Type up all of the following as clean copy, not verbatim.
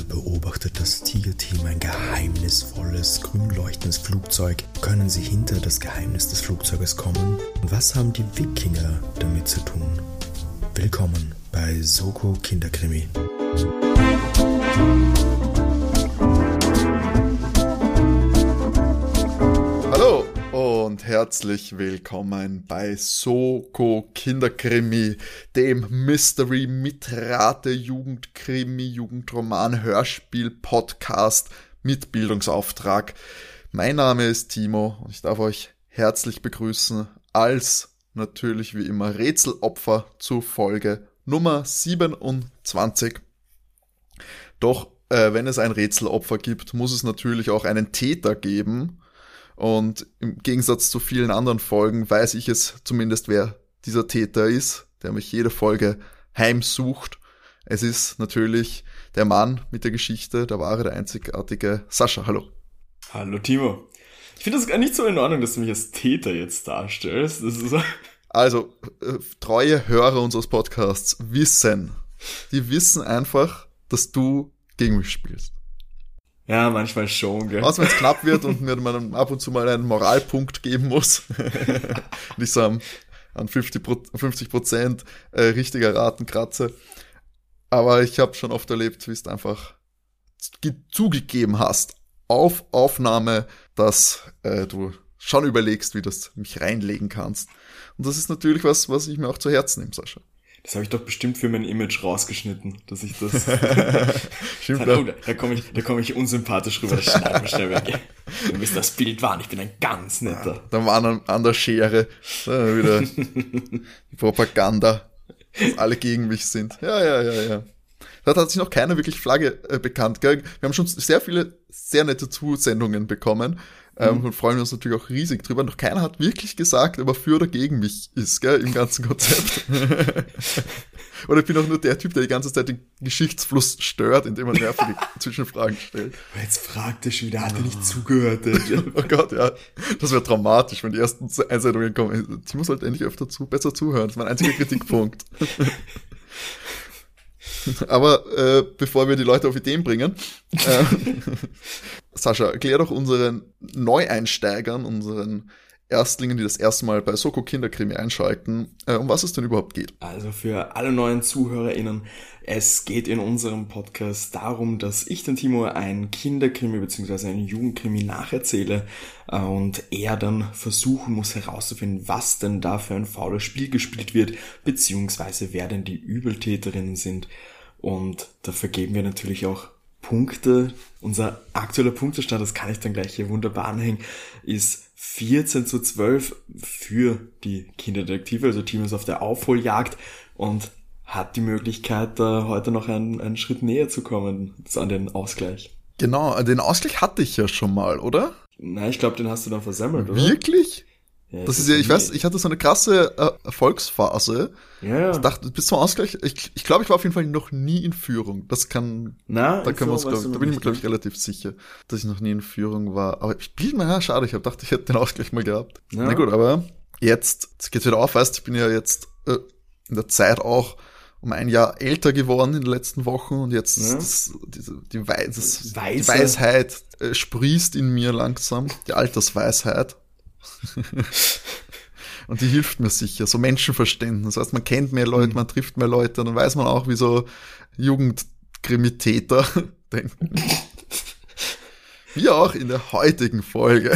beobachtet das Tiger-Team ein geheimnisvolles, grün leuchtendes Flugzeug. Können sie hinter das Geheimnis des Flugzeuges kommen? Und was haben die Wikinger damit zu tun? Willkommen bei Soko Kinderkrimi. Hallo und herzlich willkommen bei Soko Kinderkrimi, dem Mystery-Mitrate-Jugendkrimi, Jugendroman-Hörspiel-Podcast mit Bildungsauftrag. Mein Name ist Timo und ich darf euch herzlich begrüßen als natürlich wie immer Rätselopfer zu Folge Nummer 27. Doch wenn es ein Rätselopfer gibt, muss es natürlich auch einen Täter geben. Und im Gegensatz zu vielen anderen Folgen weiß ich es zumindest, wer dieser Täter ist, der mich jede Folge heimsucht. Es ist natürlich der Mann mit der Geschichte, der wahre, der einzigartige Sascha. Hallo. Hallo Timo. Ich finde das gar nicht so in Ordnung, dass du mich als Täter jetzt darstellst. Das ist so. Also, treue Hörer unseres Podcasts die wissen einfach, dass du gegen mich spielst. Ja, manchmal schon, gell. Außer wenn es knapp wird und mir man ab und zu mal einen Moralpunkt geben muss. Und ich so an 50% richtiger Raten kratze. Aber ich habe schon oft erlebt, wie es einfach zugegeben hast auf Aufnahme, dass du schon überlegst, wie du mich reinlegen kannst. Und das ist natürlich was ich mir auch zu Herzen nehme, Sascha. Das habe ich doch bestimmt für mein Image rausgeschnitten, dass ich das... Stimmt, da komm ich unsympathisch rüber, das schneiden wir schnell weg. Du bist das Bild wahr, ich bin ein ganz netter. Ja, der Mann an der Schere, da wieder die Propaganda, dass alle gegen mich sind. Ja. Da hat sich noch keiner wirklich Flagge bekannt, gell? Wir haben schon sehr viele, sehr nette Zusendungen bekommen. Und freuen uns natürlich auch riesig drüber. Noch keiner hat wirklich gesagt, ob er für oder gegen mich ist, gell, im ganzen Konzept. Oder ich bin auch nur der Typ, der die ganze Zeit den Geschichtsfluss stört, indem er nervige Zwischenfragen stellt. Jetzt fragt er schon wieder, hat er nicht zugehört? Oh Gott, ja. Das wäre traumatisch, wenn die ersten Einsendungen kommen. Timo sollte endlich öfter besser zuhören. Das ist mein einziger Kritikpunkt. Aber bevor wir die Leute auf Ideen bringen, Sascha, erklär doch unseren Neueinsteigern, unseren Erstlingen, die das erste Mal bei Soko Kinderkrimi einschalten, um was es denn überhaupt geht. Also für alle neuen ZuhörerInnen, es geht in unserem Podcast darum, dass ich den Timo ein Kinderkrimi bzw. einen Jugendkrimi nacherzähle und er dann versuchen muss herauszufinden, was denn da für ein faules Spiel gespielt wird, beziehungsweise wer denn die Übeltäterinnen sind. Und da vergeben wir natürlich auch Punkte. Unser aktueller Punktestand, das kann ich dann gleich hier wunderbar anhängen, ist 14:12 für die Kinderdetektive. Also Timo ist auf der Aufholjagd und hat die Möglichkeit, da heute noch einen Schritt näher zu kommen an den Ausgleich. Genau, den Ausgleich hatte ich ja schon mal, oder? Nein, ich glaube, den hast du dann versemmelt, oder? Wirklich? Ja, das ist ja, ich weiß, ich hatte so eine krasse Erfolgsphase. Ja. Ich dachte, bis zum Ausgleich, ich glaube, ich war auf jeden Fall noch nie in Führung. Das kann, da bin ich mir, glaube ich, relativ sicher, dass ich noch nie in Führung war. Aber ich bin mir, ja, schade, ich dachte, ich hätte den Ausgleich mal gehabt. Ja. Na gut, aber jetzt geht's wieder auf, weißt, ich bin ja jetzt in der Zeit auch um ein Jahr älter geworden in den letzten Wochen und jetzt die Weisheit sprießt in mir langsam, die Altersweisheit. Und die hilft mir sicher, so Menschenverständnis. Das heißt, man kennt mehr Leute, man trifft mehr Leute, dann weiß man auch, wie so Jugendkrimitäter denken. Wie auch in der heutigen Folge.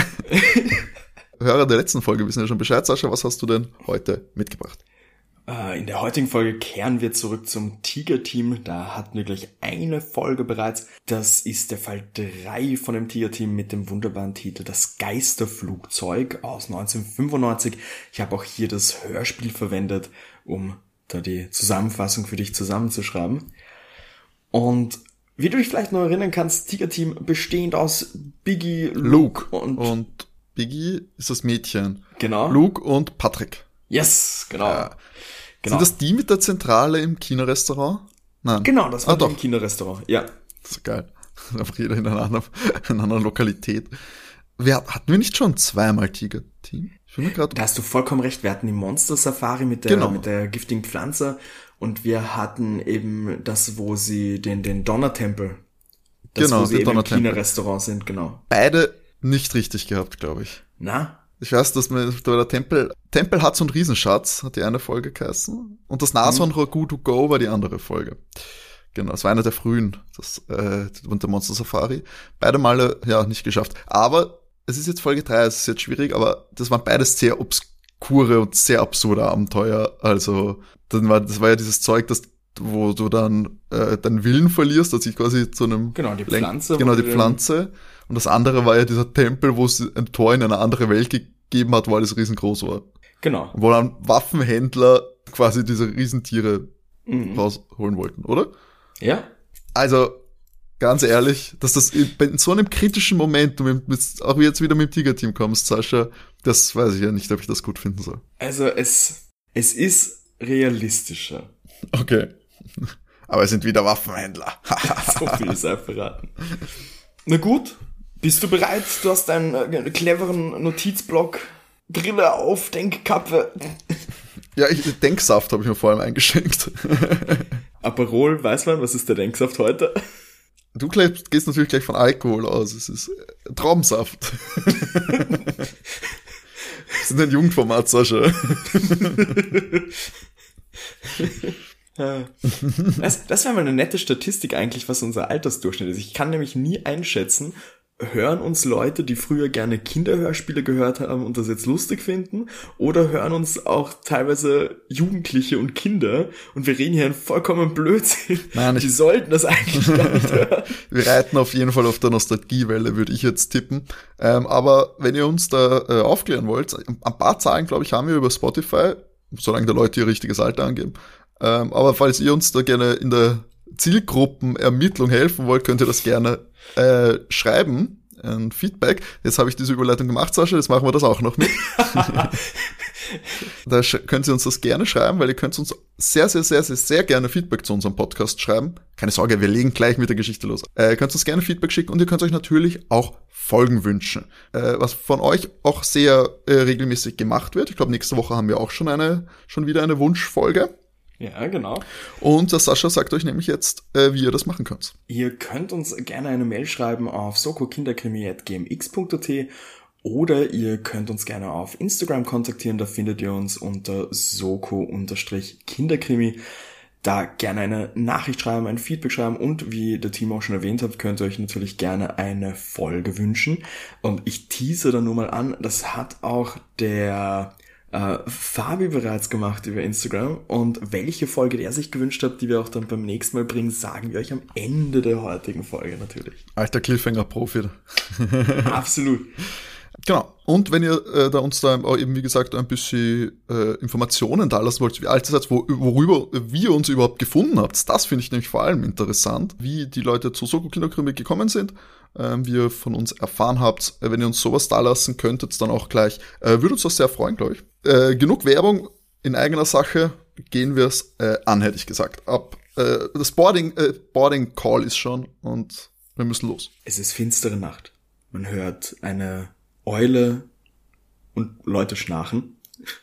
Hörer der letzten Folge wissen ja schon Bescheid. Sascha, was hast du denn heute mitgebracht? In der heutigen Folge kehren wir zurück zum Tiger-Team. Da hatten wir gleich eine Folge bereits. Das ist der Fall 3 von dem Tiger-Team mit dem wunderbaren Titel Das Geisterflugzeug aus 1995. Ich habe auch hier das Hörspiel verwendet, um da die Zusammenfassung für dich zusammenzuschreiben. Und wie du dich vielleicht noch erinnern kannst, Tiger-Team bestehend aus Biggie, Luke und Biggie ist das Mädchen. Genau. Luke und Patrick. Yes, genau. Ja. Genau. Sind das die mit der Zentrale im Kinorestaurant? Nein. Genau, das war im Kinorestaurant, ja. Das ist geil. Einfach jeder in einer anderen Lokalität. Hatten wir nicht schon zweimal Tiger-Team? Da hast du vollkommen recht. Wir hatten die Monster-Safari mit der giftigen Pflanze und wir hatten eben das, wo sie den Donnertempel Das, genau, wo sie die eben im Donnertempel. China-Restaurant sind, genau. Beide nicht richtig gehabt, glaube ich. Na? Ich weiß, dass der Tempel hat so einen Riesenschatz, hat die eine Folge geheißen. Und das Nashorn-Ragout to go war die andere Folge. Genau, das war einer der frühen, und der Monster Safari. Beide Male, ja, nicht geschafft. Aber es ist jetzt Folge 3, es ist jetzt schwierig, aber das waren beides sehr obskure und sehr absurde Abenteuer. Also, das war ja dieses Zeug, wo du dann deinen Willen verlierst, dass ich quasi zu einem... Genau, die Pflanze. Genau, die Pflanze. Und das andere war ja dieser Tempel, wo es ein Tor in eine andere Welt gegeben hat, wo alles riesengroß war. Genau. Wo dann Waffenhändler quasi diese Riesentiere rausholen wollten, oder? Ja. Also, ganz ehrlich, dass das in so einem kritischen Moment, du auch jetzt wieder mit dem Tiger-Team kommst, Sascha, das weiß ich ja nicht, ob ich das gut finden soll. Also, es ist realistischer. Okay. Aber es sind wieder Waffenhändler. So viel sei verraten. Na gut, bist du bereit? Du hast einen cleveren Notizblock, Brille auf, Denkkappe. Ja, Denksaft habe ich mir vor allem eingeschenkt. Aperol, weiß man, was ist der Denksaft heute? Du gehst natürlich gleich von Alkohol aus. Es ist Traubensaft. Wir sind ein Jugendformat, Sascha. Das wäre mal eine nette Statistik eigentlich, was unser Altersdurchschnitt ist. Ich kann nämlich nie einschätzen, hören uns Leute, die früher gerne Kinderhörspiele gehört haben und das jetzt lustig finden, oder hören uns auch teilweise Jugendliche und Kinder und wir reden hier einen vollkommen Blödsinn. Nein, die sollten das eigentlich gar nicht hören. Wir reiten auf jeden Fall auf der Nostalgiewelle, würde ich jetzt tippen. Aber wenn ihr uns da aufklären wollt, ein paar Zahlen, glaube ich, haben wir über Spotify, solange die Leute ihr richtiges Alter angeben. Aber falls ihr uns da gerne in der Zielgruppenermittlung helfen wollt, könnt ihr das gerne schreiben, ein Feedback. Jetzt habe ich diese Überleitung gemacht, Sascha, jetzt machen wir das auch noch mit. Da könnt ihr uns das gerne schreiben, weil ihr könnt uns sehr, sehr, sehr, sehr, sehr gerne Feedback zu unserem Podcast schreiben. Keine Sorge, wir legen gleich mit der Geschichte los. Ihr könnt uns gerne Feedback schicken und ihr könnt euch natürlich auch Folgen wünschen. Was von euch auch sehr regelmäßig gemacht wird. Ich glaube, nächste Woche haben wir auch schon wieder eine Wunschfolge. Ja, genau. Und der Sascha sagt euch nämlich jetzt, wie ihr das machen könnt. Ihr könnt uns gerne eine Mail schreiben auf sokokinderkrimi@gmx.at oder ihr könnt uns gerne auf Instagram kontaktieren, da findet ihr uns unter soko_kinderkrimi. Da gerne eine Nachricht schreiben, ein Feedback schreiben und wie der Team auch schon erwähnt hat, könnt ihr euch natürlich gerne eine Folge wünschen. Und ich tease da nur mal an, das hat auch der Fabi bereits gemacht über Instagram, und welche Folge der sich gewünscht hat, die wir auch dann beim nächsten Mal bringen, sagen wir euch am Ende der heutigen Folge natürlich. Alter Cliffhanger-Profi. Absolut. Genau. Und wenn ihr uns da eben, wie gesagt, ein bisschen Informationen da lassen wollt, wie alt ihr seid, wie ihr uns überhaupt gefunden habt, das finde ich nämlich vor allem interessant, wie die Leute zu Soko Kinderkrimi gekommen sind, wie ihr von uns erfahren habt. Wenn ihr uns sowas da lassen könntet, dann auch gleich, würde uns das sehr freuen, glaube ich. Genug Werbung in eigener Sache, gehen wir es an, hätte ich gesagt. Das Boarding Call ist schon und wir müssen los. Es ist finstere Nacht. Man hört eine Eule und Leute schnarchen.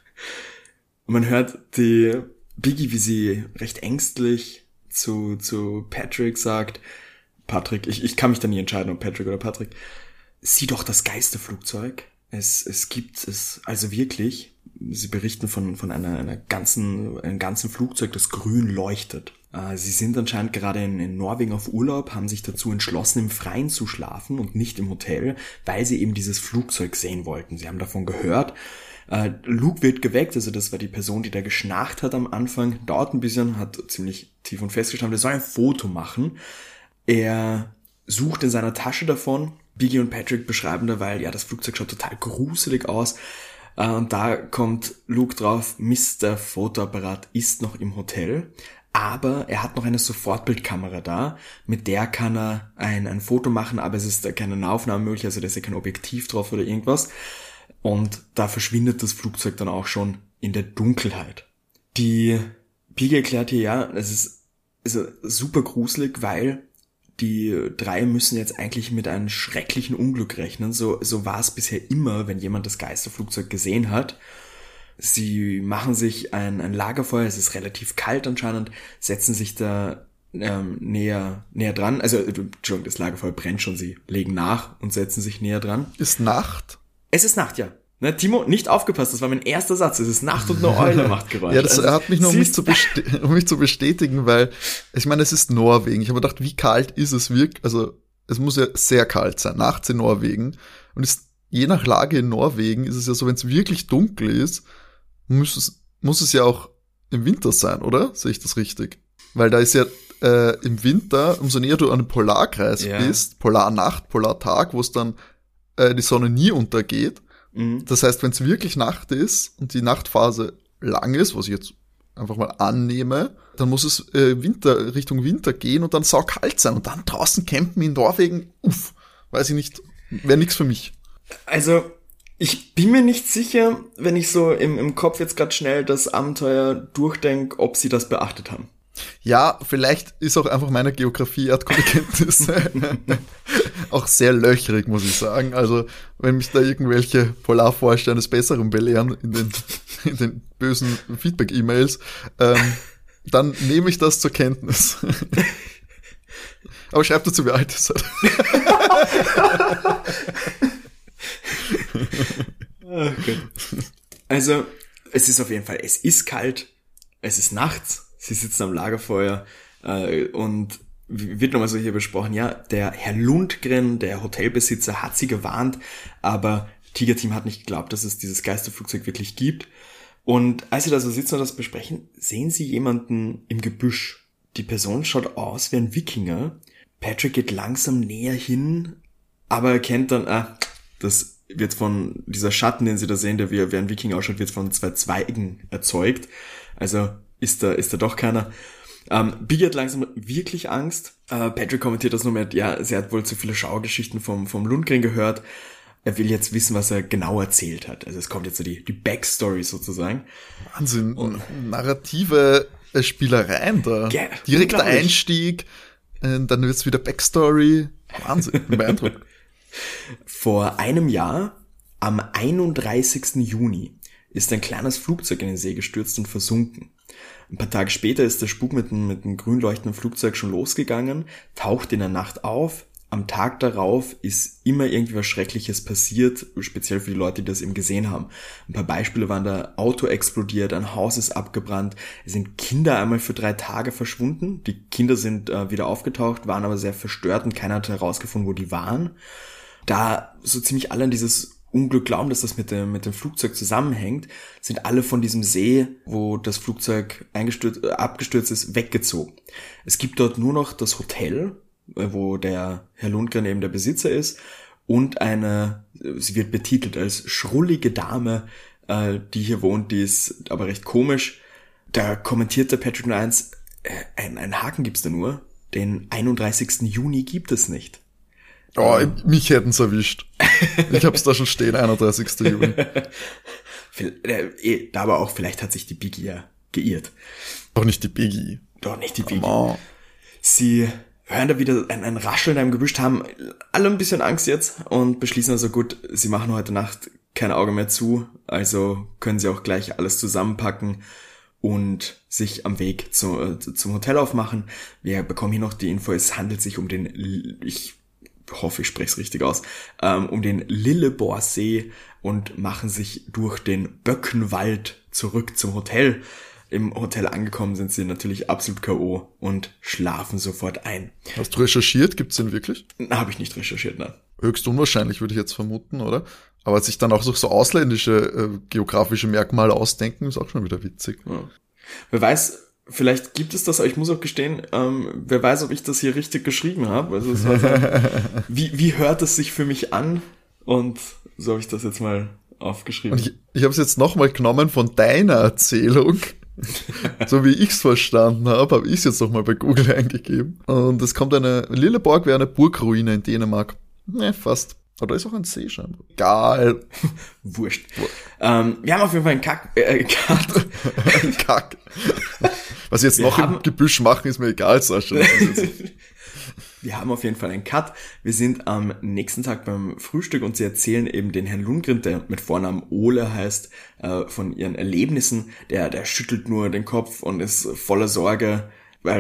Und man hört die Biggie, wie sie recht ängstlich zu Patrick sagt, Patrick, ich kann mich da nie entscheiden, ob Patrick oder Patrick, sieh doch das Geisterflugzeug. Es gibt es also wirklich. Sie berichten von einem ganzen Flugzeug, das grün leuchtet. Sie sind anscheinend gerade in Norwegen auf Urlaub, haben sich dazu entschlossen, im Freien zu schlafen und nicht im Hotel, weil sie eben dieses Flugzeug sehen wollten. Sie haben davon gehört. Luke wird geweckt, also das war die Person, die da geschnarcht hat am Anfang. Dauert ein bisschen, hat ziemlich tief und fest gestanden, er soll ein Foto machen. Er sucht in seiner Tasche davon. Biggie und Patrick beschreiben derweil, ja, das Flugzeug schaut total gruselig aus. Und da kommt Luke drauf, Mist, der Fotoapparat ist noch im Hotel, aber er hat noch eine Sofortbildkamera da, mit der kann er ein Foto machen, aber es ist da keine Nahaufnahme möglich, also da ist ja kein Objektiv drauf oder irgendwas. Und da verschwindet das Flugzeug dann auch schon in der Dunkelheit. Die Biggie erklärt hier, ja, es ist also super gruselig, weil die drei müssen jetzt eigentlich mit einem schrecklichen Unglück rechnen. So war es bisher immer, wenn jemand das Geisterflugzeug gesehen hat. Sie machen sich ein Lagerfeuer, es ist relativ kalt anscheinend, setzen sich da näher dran. Also, Entschuldigung, das Lagerfeuer brennt schon, sie legen nach und setzen sich näher dran. Ist Nacht? Es ist Nacht, ja. Ne, Timo, nicht aufgepasst, das war mein erster Satz. Es ist Nacht und eine Eule macht Geräusche. Ja, das hat mich nur, um mich zu bestätigen, weil, ich meine, es ist Norwegen. Ich habe gedacht, wie kalt ist es wirklich? Also, es muss ja sehr kalt sein, nachts in Norwegen. Und je nach Lage in Norwegen ist es ja so, wenn es wirklich dunkel ist, muss es ja auch im Winter sein, oder? Sehe ich das richtig? Weil da ist ja im Winter, umso näher du an dem Polarkreis bist, Polarnacht, Polartag, wo es dann die Sonne nie untergeht. Mhm. Das heißt, wenn es wirklich Nacht ist und die Nachtphase lang ist, was ich jetzt einfach mal annehme, dann muss es Richtung Winter gehen und dann saukalt sein. Und dann draußen campen in Norwegen, weiß ich nicht, wäre nichts für mich. Also, ich bin mir nicht sicher, wenn ich so im Kopf jetzt gerade schnell das Abenteuer durchdenke, ob sie das beachtet haben. Ja, vielleicht ist auch einfach meine Geografie-Erdkundekenntnisse auch sehr löchrig, muss ich sagen. Also, wenn mich da irgendwelche Polarforscher eines Besseren belehren in den bösen Feedback-E-Mails, dann nehme ich das zur Kenntnis. Aber schreibt dazu, wie alt es seid. Okay. Also, es ist auf jeden Fall, es ist kalt, es ist nachts, sie sitzen am Lagerfeuer und wird nochmal so hier besprochen, ja, der Herr Lundgren, der Hotelbesitzer, hat sie gewarnt, aber Tiger Team hat nicht geglaubt, dass es dieses Geisterflugzeug wirklich gibt. Und als sie da so sitzen und das besprechen, sehen sie jemanden im Gebüsch. Die Person schaut aus wie ein Wikinger. Patrick geht langsam näher hin, aber erkennt dann, das wird von dieser Schatten, den sie da sehen, der wie ein Wikinger ausschaut, wird von 2 Zweigen erzeugt. Also ist da doch keiner. Biggie hat langsam wirklich Angst. Patrick kommentiert das nur mit, ja, sie hat wohl zu viele Schauergeschichten vom Lundgren gehört. Er will jetzt wissen, was er genau erzählt hat. Also es kommt jetzt so die Backstory sozusagen. Wahnsinn, narrative Spielereien da. Ja, direkter Einstieg, dann wird's wieder Backstory. Wahnsinn, beeindruckend. Vor einem Jahr, am 31. Juni, ist ein kleines Flugzeug in den See gestürzt und versunken. Ein paar Tage später ist der Spuk mit einem grün leuchtenden Flugzeug schon losgegangen, taucht in der Nacht auf. Am Tag darauf ist immer irgendwie was Schreckliches passiert, speziell für die Leute, die das eben gesehen haben. Ein paar Beispiele waren da: Auto explodiert, ein Haus ist abgebrannt, es sind Kinder einmal für 3 Tage verschwunden. Die Kinder sind wieder aufgetaucht, waren aber sehr verstört und keiner hat herausgefunden, wo die waren. Da so ziemlich alle an dieses Unglück glauben, dass das mit dem Flugzeug zusammenhängt, sind alle von diesem See, wo das Flugzeug abgestürzt ist, weggezogen. Es gibt dort nur noch das Hotel, wo der Herr Lundgren eben der Besitzer ist, und sie wird betitelt als schrullige Dame, die hier wohnt, die ist aber recht komisch. Da kommentiert der Patrick nur eins, einen Haken gibt's da nur, den 31. Juni gibt es nicht. Oh, mich hätten's erwischt. Ich hab's da schon stehen, 31. Juni. Aber auch, vielleicht hat sich die Biggie ja geirrt. Doch nicht die Biggie. Sie hören da wieder ein Rascheln im Gebüsch, haben alle ein bisschen Angst jetzt und beschließen also, gut, sie machen heute Nacht kein Auge mehr zu, also können sie auch gleich alles zusammenpacken und sich am Weg zum Hotel aufmachen. Wir bekommen hier noch die Info, es handelt sich um ich hoffe, ich spreche es richtig aus, um den Lilleborsee und machen sich durch den Böckenwald zurück zum Hotel. Im Hotel angekommen sind sie natürlich absolut K.O. und schlafen sofort ein. Hast du recherchiert? Gibt's den wirklich? Habe ich nicht recherchiert, nein. Höchst unwahrscheinlich, würde ich jetzt vermuten, oder? Aber sich dann auch so ausländische geografische Merkmale ausdenken, ist auch schon wieder witzig. Ja. Wer weiß, vielleicht gibt es das, aber ich muss auch gestehen, wer weiß, ob ich das hier richtig geschrieben habe. Also es war so, wie hört es sich für mich an? Und so habe ich das jetzt mal aufgeschrieben. Und ich habe es jetzt nochmal genommen von deiner Erzählung. So wie ich's verstanden habe ich es jetzt nochmal bei Google eingegeben. Und es kommt Lilleborg wäre eine Burgruine in Dänemark. Ne, fast. Oder ist auch ein See scheinbar. Egal. Wurscht. Wir haben auf jeden Fall einen Kack. Kack. Was sie jetzt im Gebüsch machen, ist mir egal, Sascha. Wir haben auf jeden Fall einen Cut. Wir sind am nächsten Tag beim Frühstück und sie erzählen eben den Herrn Lundgren, der mit Vornamen Ole heißt, von ihren Erlebnissen. Der schüttelt nur den Kopf und ist voller Sorge, weil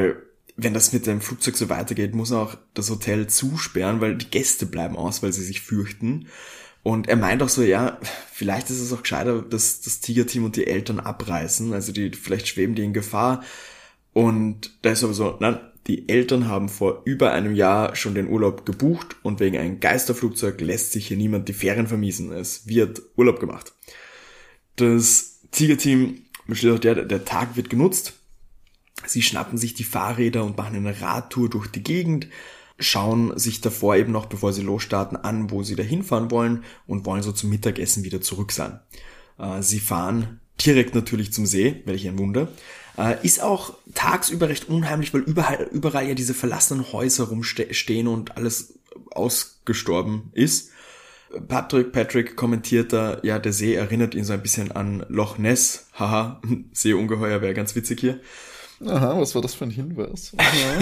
wenn das mit dem Flugzeug so weitergeht, muss er auch das Hotel zusperren, weil die Gäste bleiben aus, weil sie sich fürchten. Und er meint auch so, ja, vielleicht ist es auch gescheiter, dass das Tigerteam und die Eltern abreißen, also vielleicht schweben die in Gefahr. Und da ist aber so, nein, die Eltern haben vor über einem Jahr schon den Urlaub gebucht und wegen einem Geisterflugzeug lässt sich hier niemand die Ferien vermiesen. Es wird Urlaub gemacht. Das Tigerteam beschließt auch, der Tag wird genutzt. Sie schnappen sich die Fahrräder und machen eine Radtour durch die Gegend, schauen sich davor eben noch, bevor sie losstarten, an, wo sie da hinfahren wollen und wollen so zum Mittagessen wieder zurück sein. Sie fahren direkt natürlich zum See, welch ein Wunder. Ist auch tagsüber recht unheimlich, weil überall ja diese verlassenen Häuser rumstehen und alles ausgestorben ist. Patrick kommentiert da, ja, der See erinnert ihn so ein bisschen an Loch Ness. Haha, Seeungeheuer wäre ganz witzig hier. Aha, was war das für ein Hinweis?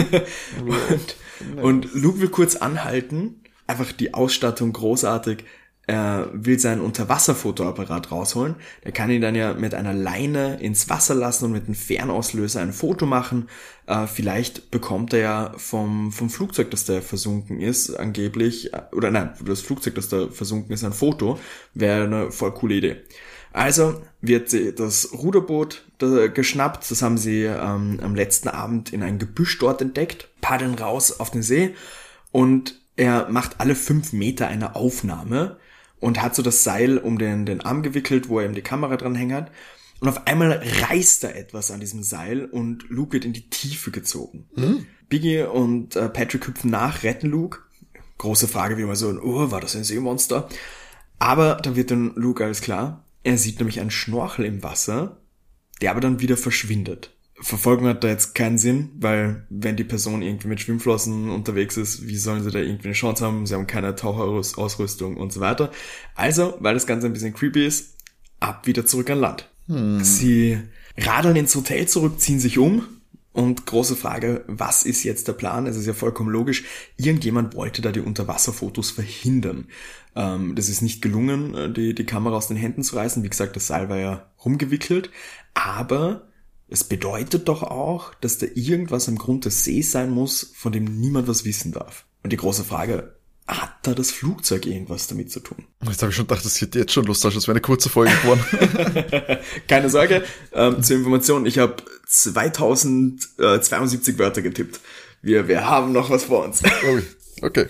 Und Luke will kurz anhalten. Einfach die Ausstattung großartig. Er will seinen Unterwasserfotoapparat rausholen. Der kann ihn dann ja mit einer Leine ins Wasser lassen und mit einem Fernauslöser ein Foto machen. Vielleicht bekommt er ja vom Flugzeug, das da versunken ist, angeblich, oder nein, das Flugzeug, das da versunken ist, ein Foto. Wäre eine voll coole Idee. Also wird das Ruderboot geschnappt. Das haben sie am letzten Abend in ein Gebüsch dort entdeckt. Paddeln raus auf den See und er macht alle 5 Meter eine Aufnahme und hat so das Seil um den Arm gewickelt, wo er eben die Kamera dranhängt hat. Und auf einmal reißt er etwas an diesem Seil und Luke wird in die Tiefe gezogen. Biggie und Patrick hüpfen nach, retten Luke. Große Frage, wie immer so, war das ein Seemonster? Aber dann wird dann Luke alles klar. Er sieht nämlich einen Schnorchel im Wasser, der aber dann wieder verschwindet. Verfolgung hat da jetzt keinen Sinn, weil wenn die Person irgendwie mit Schwimmflossen unterwegs ist, wie sollen sie da irgendwie eine Chance haben? Sie haben keine Taucherausrüstung und so weiter. Also, weil das Ganze ein bisschen creepy ist, ab wieder zurück an Land. Sie radeln ins Hotel zurück, ziehen sich um und große Frage, was ist jetzt der Plan? Es ist ja vollkommen logisch, irgendjemand wollte da die Unterwasserfotos verhindern. Das ist nicht gelungen, die Kamera aus den Händen zu reißen. Wie gesagt, das Seil war ja rumgewickelt, aber es bedeutet doch auch, dass da irgendwas am Grund des Sees sein muss, von dem niemand was wissen darf. Und die große Frage, hat da das Flugzeug irgendwas damit zu tun? Jetzt habe ich schon gedacht, das geht jetzt schon los, das wäre eine kurze Folge geworden. Keine Sorge, zur Information, ich habe 2072 Wörter getippt. Wir haben noch was vor uns. Okay.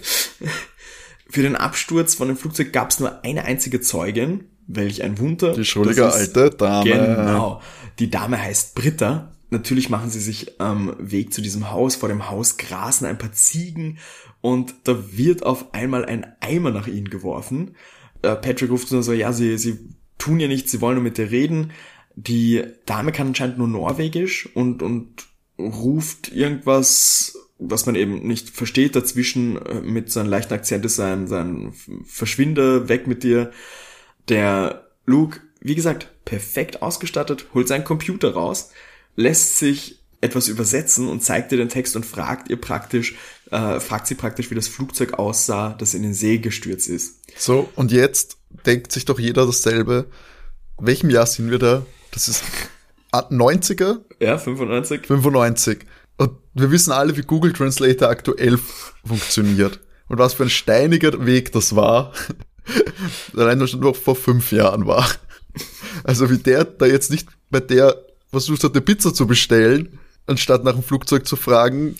Für den Absturz von dem Flugzeug gab es nur eine einzige Zeugin, welch ein Wunder. Die schrullige alte Dame. Genau. Die Dame heißt Britta. Natürlich machen sie sich am Weg zu diesem Haus. Vor dem Haus grasen ein paar Ziegen und da wird auf einmal ein Eimer nach ihnen geworfen. Patrick ruft so, ja, sie tun ja nichts, sie wollen nur mit dir reden. Die Dame kann anscheinend nur Norwegisch und ruft irgendwas, was man eben nicht versteht, dazwischen mit so einem leichten Akzent ist sein Verschwinde, weg mit dir. Der Luke, wie gesagt, perfekt ausgestattet, holt seinen Computer raus, lässt sich etwas übersetzen und zeigt ihr den Text und fragt sie praktisch, wie das Flugzeug aussah, das in den See gestürzt ist. So, und jetzt denkt sich doch jeder dasselbe. In welchem Jahr sind wir da? Das ist 90er? Ja, 95. 95. Und wir wissen alle, wie Google Translator aktuell funktioniert. Und was für ein steiniger Weg das war. Allein schon noch vor 5 Jahren war. Also wie der da jetzt nicht bei der versucht hat, eine Pizza zu bestellen, anstatt nach dem Flugzeug zu fragen,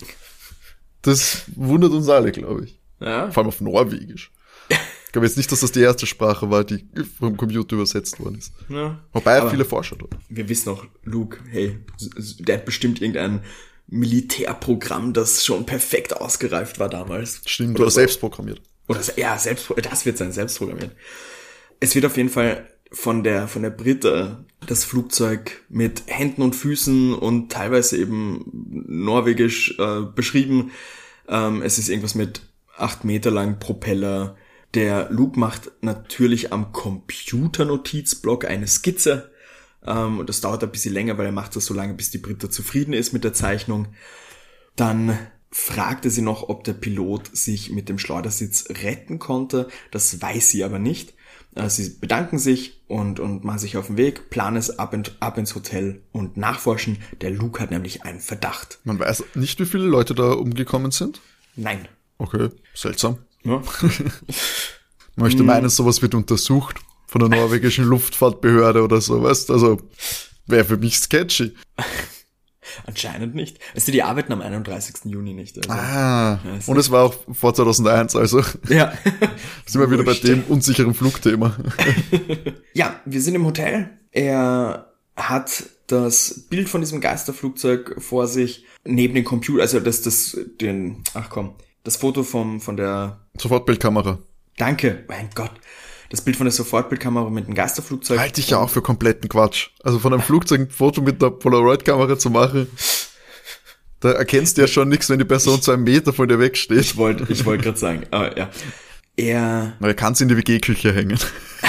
das wundert uns alle, glaube ich. Ja. Vor allem auf Norwegisch. Ich glaube jetzt nicht, dass das die erste Sprache war, die vom Computer übersetzt worden ist. Ja. Wobei viele Forscher dort. Wir wissen auch, Luke, hey, der hat bestimmt irgendein Militärprogramm, das schon perfekt ausgereift war damals. Stimmt, oder selbst programmiert. Das wird sein, selbst programmiert. Es wird auf jeden Fall von der Britta das Flugzeug mit Händen und Füßen und teilweise eben norwegisch beschrieben. Es ist irgendwas mit 8 Meter lang Propeller. Der Luke macht natürlich am Computernotizblock eine Skizze. Und das dauert ein bisschen länger, weil er macht das so lange, bis die Britta zufrieden ist mit der Zeichnung. Dann fragte sie noch, ob der Pilot sich mit dem Schleudersitz retten konnte. Das weiß sie aber nicht. Sie bedanken sich und machen sich auf den Weg, planen es ab ins Hotel und nachforschen. Der Luke hat nämlich einen Verdacht. Man weiß nicht, wie viele Leute da umgekommen sind? Nein. Okay, seltsam. Ja. Man möchte meinen, sowas wird untersucht von der norwegischen Luftfahrtbehörde oder so, weißt du? Also, wäre für mich sketchy. Anscheinend nicht. Also die arbeiten am 31. Juni nicht. Also. Und es war auch vor 2001, also ja. sind wir wieder bei dem unsicheren Flugthema. Ja, wir sind im Hotel. Er hat das Bild von diesem Geisterflugzeug vor sich neben dem Computer, also das Foto von der Sofortbildkamera. Danke, mein Gott. Das Bild von der Sofortbildkamera mit dem Geisterflugzeug. Halte ich ja auch für kompletten Quatsch. Also von einem Flugzeug ein Foto mit der Polaroid-Kamera zu machen, da erkennst du ja schon nichts, wenn die Person 2 Meter von dir wegsteht. Ich wollte gerade sagen, aber ja. Er kann es in die WG-Küche hängen.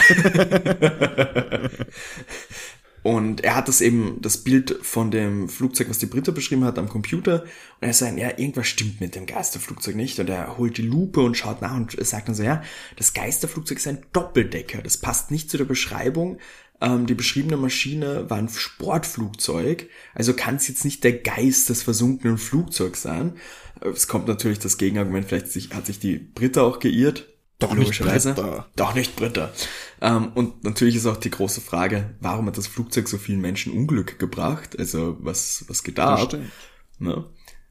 Und er hat das Bild von dem Flugzeug, was die Britta beschrieben hat, am Computer. Und er sagt, ja, irgendwas stimmt mit dem Geisterflugzeug nicht. Und er holt die Lupe und schaut nach und sagt dann so, ja, das Geisterflugzeug ist ein Doppeldecker. Das passt nicht zu der Beschreibung. Die beschriebene Maschine war ein Sportflugzeug. Also kann es jetzt nicht der Geist des versunkenen Flugzeugs sein. Es kommt natürlich das Gegenargument, vielleicht hat sich die Britta auch geirrt. Doch nicht Britta. Doch nicht Britta. Und natürlich ist auch die große Frage, warum hat das Flugzeug so vielen Menschen Unglück gebracht? Also was geht da ab? Ne?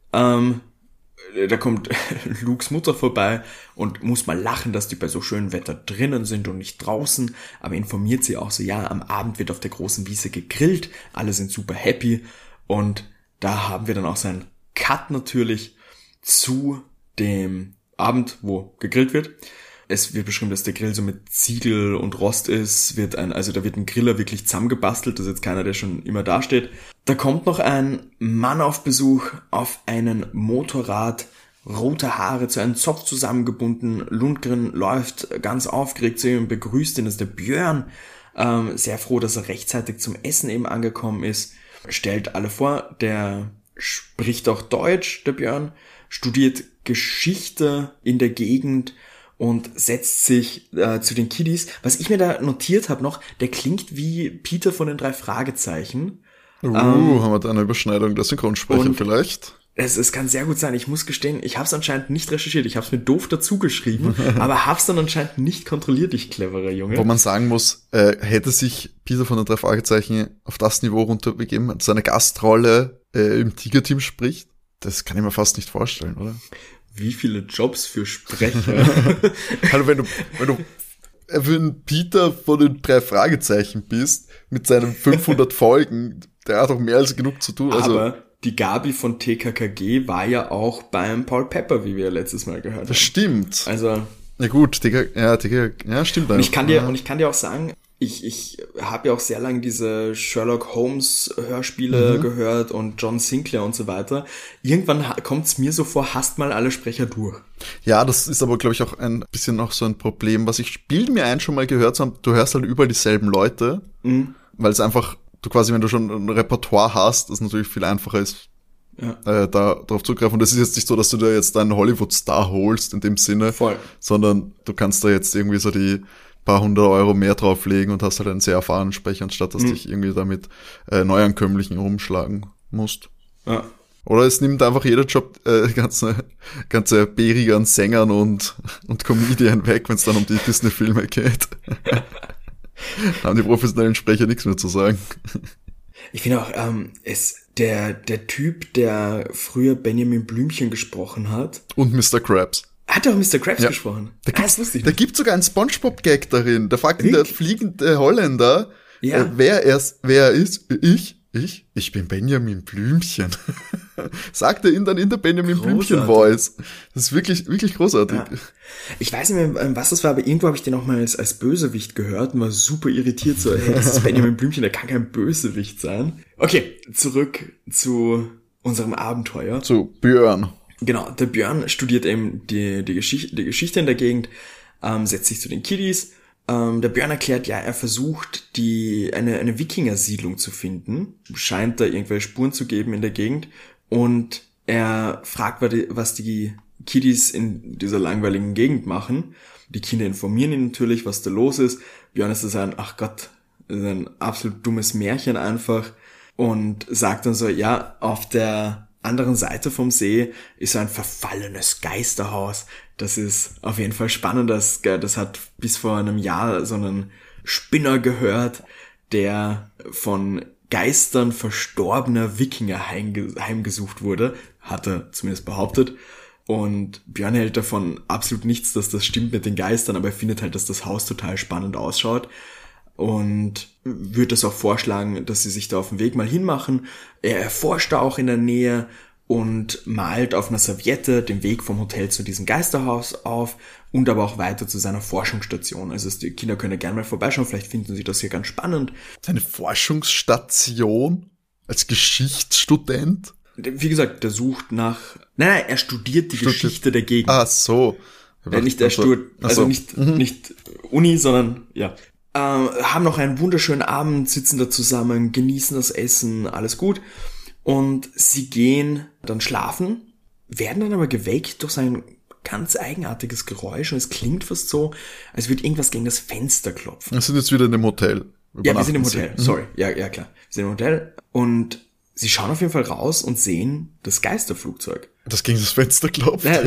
Da kommt Lukes Mutter vorbei und muss mal lachen, dass die bei so schönem Wetter drinnen sind und nicht draußen. Aber informiert sie auch so, ja, am Abend wird auf der großen Wiese gegrillt. Alle sind super happy. Und da haben wir dann auch so einen Cut natürlich zu dem Abend, wo gegrillt wird. Es wird beschrieben, dass der Grill so mit Ziegel und Rost ist, also da wird ein Griller wirklich zusammengebastelt, das ist jetzt keiner, der schon immer da steht. Da kommt noch ein Mann auf Besuch auf einem Motorrad, rote Haare zu einem Zopf zusammengebunden. Lundgren läuft ganz aufgeregt zu ihm und begrüßt ihn, das ist der Björn. Sehr froh, dass er rechtzeitig zum Essen eben angekommen ist. Stellt alle vor, der spricht auch Deutsch, der Björn, studiert Geschichte in der Gegend und setzt sich zu den Kiddies. Was ich mir da notiert habe noch, der klingt wie Peter von den 3 Fragezeichen. Haben wir da eine Überschneidung der Synchronsprecher vielleicht? Es kann sehr gut sein. Ich muss gestehen, ich habe es anscheinend nicht recherchiert. Ich habe es mir doof dazu geschrieben, aber habe es dann anscheinend nicht kontrolliert, ich cleverer Junge. Wo man sagen muss, hätte sich Peter von den 3 Fragezeichen auf das Niveau runterbegeben, dass seine Gastrolle im Tiger-Team spricht? Das kann ich mir fast nicht vorstellen, oder? Wie viele Jobs für Sprecher? Also wenn du für einen Peter von den 3 Fragezeichen bist, mit seinen 500 Folgen, der hat doch mehr als genug zu tun. Also, aber die Gabi von TKKG war ja auch beim Paul Pepper, wie wir letztes Mal gehört haben. Das stimmt. Also. Ja gut, stimmt. Und ich kann dir auch sagen, ich habe ja auch sehr lange diese Sherlock Holmes Hörspiele gehört und John Sinclair und so weiter. Irgendwann kommt es mir so vor, hast mal alle Sprecher durch. Ja, das ist aber, glaube ich, auch ein bisschen noch so ein Problem, was ich bilde mir ein, schon mal gehört zu haben. Du hörst halt überall dieselben Leute, weil es einfach, du quasi, wenn du schon ein Repertoire hast, das natürlich viel einfacher ist, da drauf zugreifen. Und das ist jetzt nicht so, dass du dir jetzt einen Hollywood-Star holst in dem Sinne, sondern du kannst da jetzt irgendwie so die paar 100 Euro mehr drauflegen und hast halt einen sehr erfahrenen Sprecher, anstatt dass dich irgendwie damit Neuankömmlichen rumschlagen musst. Ja. Oder es nimmt einfach jeder Job ganze Bärige an Sängern und Comedian weg, wenn es dann um die Disney-Filme geht. Da haben die professionellen Sprecher nichts mehr zu sagen. Ich finde auch, der Typ, der früher Benjamin Blümchen gesprochen hat. Und Mr. Krabs. Hat er auch Mr. Krabs gesprochen? Da gibt's sogar einen SpongeBob-Gag darin. Da fragt ihn der fliegende Holländer, wer er ist. Ich bin Benjamin Blümchen. Sagt er ihn dann in der Benjamin Blümchen-Voice. Das ist wirklich, wirklich großartig. Ja. Ich weiß nicht mehr, was das war, aber irgendwo habe ich den auch mal als Bösewicht gehört und war super irritiert. So, hey, das ist Benjamin Blümchen, der kann kein Bösewicht sein. Okay, zurück zu unserem Abenteuer. Zu Björn. Genau, der Björn studiert eben die Geschichte in der Gegend, setzt sich zu den Kiddies. Der Björn erklärt, ja, er versucht, eine Wikinger-Siedlung zu finden. Scheint da irgendwelche Spuren zu geben in der Gegend. Und er fragt, was die Kiddies in dieser langweiligen Gegend machen. Die Kinder informieren ihn natürlich, was da los ist. Björn ist ach Gott, das ist ein absolut dummes Märchen einfach. Und sagt dann so, ja, auf der anderen Seite vom See ist so ein verfallenes Geisterhaus. Das ist auf jeden Fall spannend. Das hat bis vor einem Jahr so einen Spinner gehört, der von Geistern verstorbener Wikinger heimgesucht wurde. Hat er zumindest behauptet. Und Björn hält davon absolut nichts, dass das stimmt mit den Geistern, aber er findet halt, dass das Haus total spannend ausschaut. Und würde es auch vorschlagen, dass sie sich da auf den Weg mal hinmachen. Er erforscht da auch in der Nähe und malt auf einer Serviette den Weg vom Hotel zu diesem Geisterhaus auf und aber auch weiter zu seiner Forschungsstation. Also die Kinder können gerne mal vorbeischauen, vielleicht finden sie das hier ganz spannend. Seine Forschungsstation als Geschichtsstudent? Wie gesagt, der sucht nach... Nein, er studiert die Geschichte der Gegend. Ah, so. Nicht Uni, sondern ja. Haben noch einen wunderschönen Abend, sitzen da zusammen, genießen das Essen, alles gut. Und sie gehen dann schlafen, werden dann aber geweckt durch so ein ganz eigenartiges Geräusch. Und es klingt fast so, als würde irgendwas gegen das Fenster klopfen. Wir sind jetzt wieder in dem Hotel. Ja, wir sind im Hotel, sorry. Ja, klar. Wir sind im Hotel und sie schauen auf jeden Fall raus und sehen das Geisterflugzeug. Das gegen das Fenster klopft? Ja,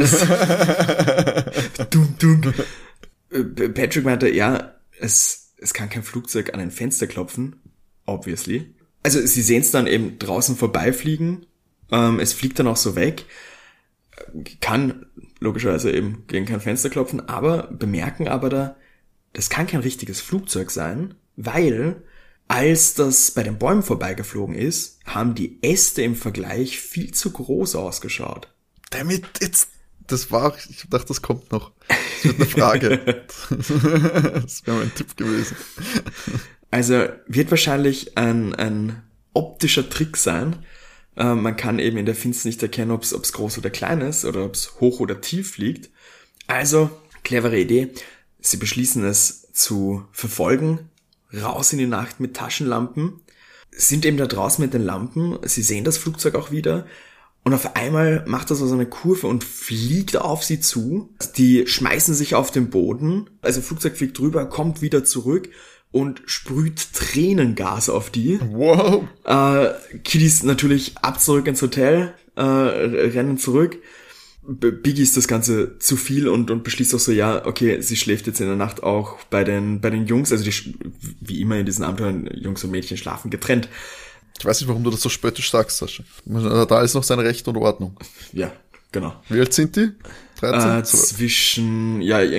Patrick meinte, ja, es kann kein Flugzeug an ein Fenster klopfen, obviously. Also sie sehen es dann eben draußen vorbeifliegen, es fliegt dann auch so weg, kann logischerweise eben gegen kein Fenster klopfen, aber bemerken aber da, das kann kein richtiges Flugzeug sein, weil als das bei den Bäumen vorbeigeflogen ist, haben die Äste im Vergleich viel zu groß ausgeschaut. Damit jetzt... ich dachte, das kommt noch. Das wird eine Frage. Das wäre mein Tipp gewesen. Also wird wahrscheinlich ein optischer Trick sein. Man kann eben in der Finsternis nicht erkennen, ob es groß oder klein ist oder ob es hoch oder tief fliegt. Also, clevere Idee. Sie beschließen es zu verfolgen. Raus in die Nacht mit Taschenlampen. Sind eben da draußen mit den Lampen. Sie sehen das Flugzeug auch wieder. Und auf einmal macht er so eine Kurve und fliegt auf sie zu. Die schmeißen sich auf den Boden. Also das Flugzeug fliegt drüber, kommt wieder zurück und sprüht Tränengas auf die. Wow. Kiddies natürlich ab zurück ins Hotel, rennen zurück. Biggie ist das Ganze zu viel und beschließt auch so, ja, okay, sie schläft jetzt in der Nacht auch bei den Jungs. Also wie immer in diesen Abenteuern, Jungs und Mädchen schlafen getrennt. Ich weiß nicht, warum du das so spöttisch sagst, Sascha. Da ist noch sein Recht und Ordnung. Ja, genau. Wie alt sind die? 13? Zwischen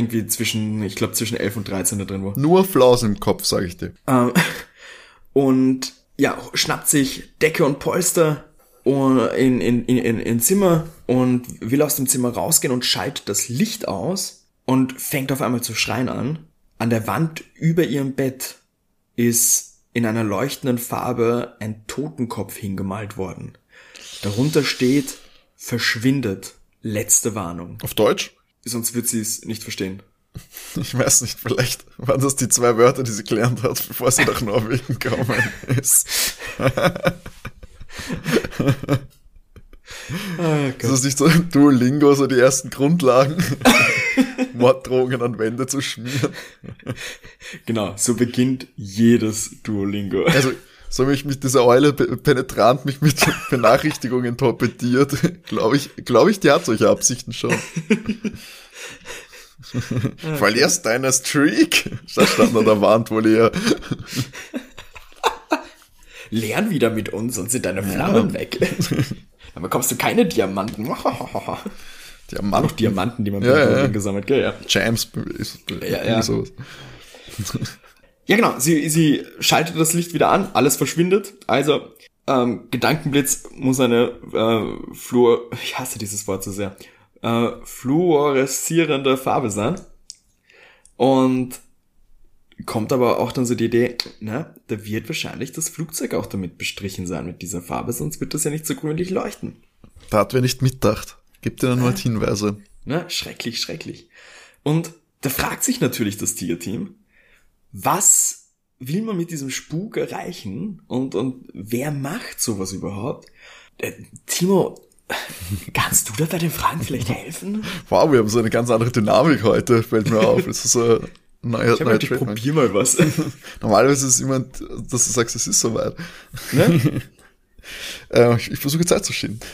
11 und 13 da drin war. Nur Flausen im Kopf, sage ich dir. Und ja, schnappt sich Decke und Polster in Zimmer und will aus dem Zimmer rausgehen und schaltet das Licht aus und fängt auf einmal zu schreien an. An der Wand über ihrem Bett ist in einer leuchtenden Farbe ein Totenkopf hingemalt worden. Darunter steht, verschwindet, letzte Warnung. Auf Deutsch? Sonst wird sie es nicht verstehen. Ich weiß nicht, vielleicht waren das die 2 Wörter, die sie gelernt hat, bevor sie nach Norwegen gekommen ist. Das ist nicht so ein Duolingo, so die ersten Grundlagen. Morddrohungen an Wände zu schmieren. Genau, so beginnt jedes Duolingo. Also, so wie ich mit dieser Eule penetrant mich mit Benachrichtigungen torpediert, glaube ich, die hat solche Absichten schon. Okay. Verlierst deine Streak? Das stand an der Wand wohl eher. Lern wieder mit uns, sonst sind deine Flammen weg. Dann bekommst du keine Diamanten. Diamanten? Noch Diamanten, die man bei gesammelt, gell? Ja. Gems, sowas. Ja, genau. Sie schaltet das Licht wieder an, alles verschwindet. Also, Gedankenblitz muss eine ich hasse dieses Wort so sehr, fluoreszierende Farbe sein. Und kommt aber auch dann so die Idee, da wird wahrscheinlich das Flugzeug auch damit bestrichen sein mit dieser Farbe, sonst wird das ja nicht so grünlich leuchten. Da hat wer nicht mitgedacht. Gibt dir dann nur Hinweise. Schrecklich, schrecklich. Und da fragt sich natürlich das Tierteam, was will man mit diesem Spuk erreichen und wer macht sowas überhaupt? Timo, Kannst du da deinen Fragen vielleicht helfen? Wow, wir haben so eine ganz andere Dynamik heute, fällt mir auf. Das ist so ein neuer Ich probier mal was. Normalerweise ist es immer, dass du sagst, es ist soweit. Ne? Ich versuche Zeit zu schinden.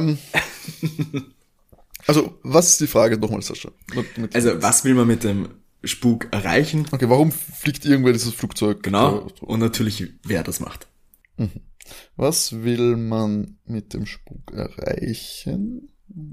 Also, was ist die Frage nochmal, Sascha? Also, was will man mit dem Spuk erreichen? Okay, warum fliegt irgendwer dieses Flugzeug? Genau, und natürlich, wer das macht. Was will man mit dem Spuk erreichen?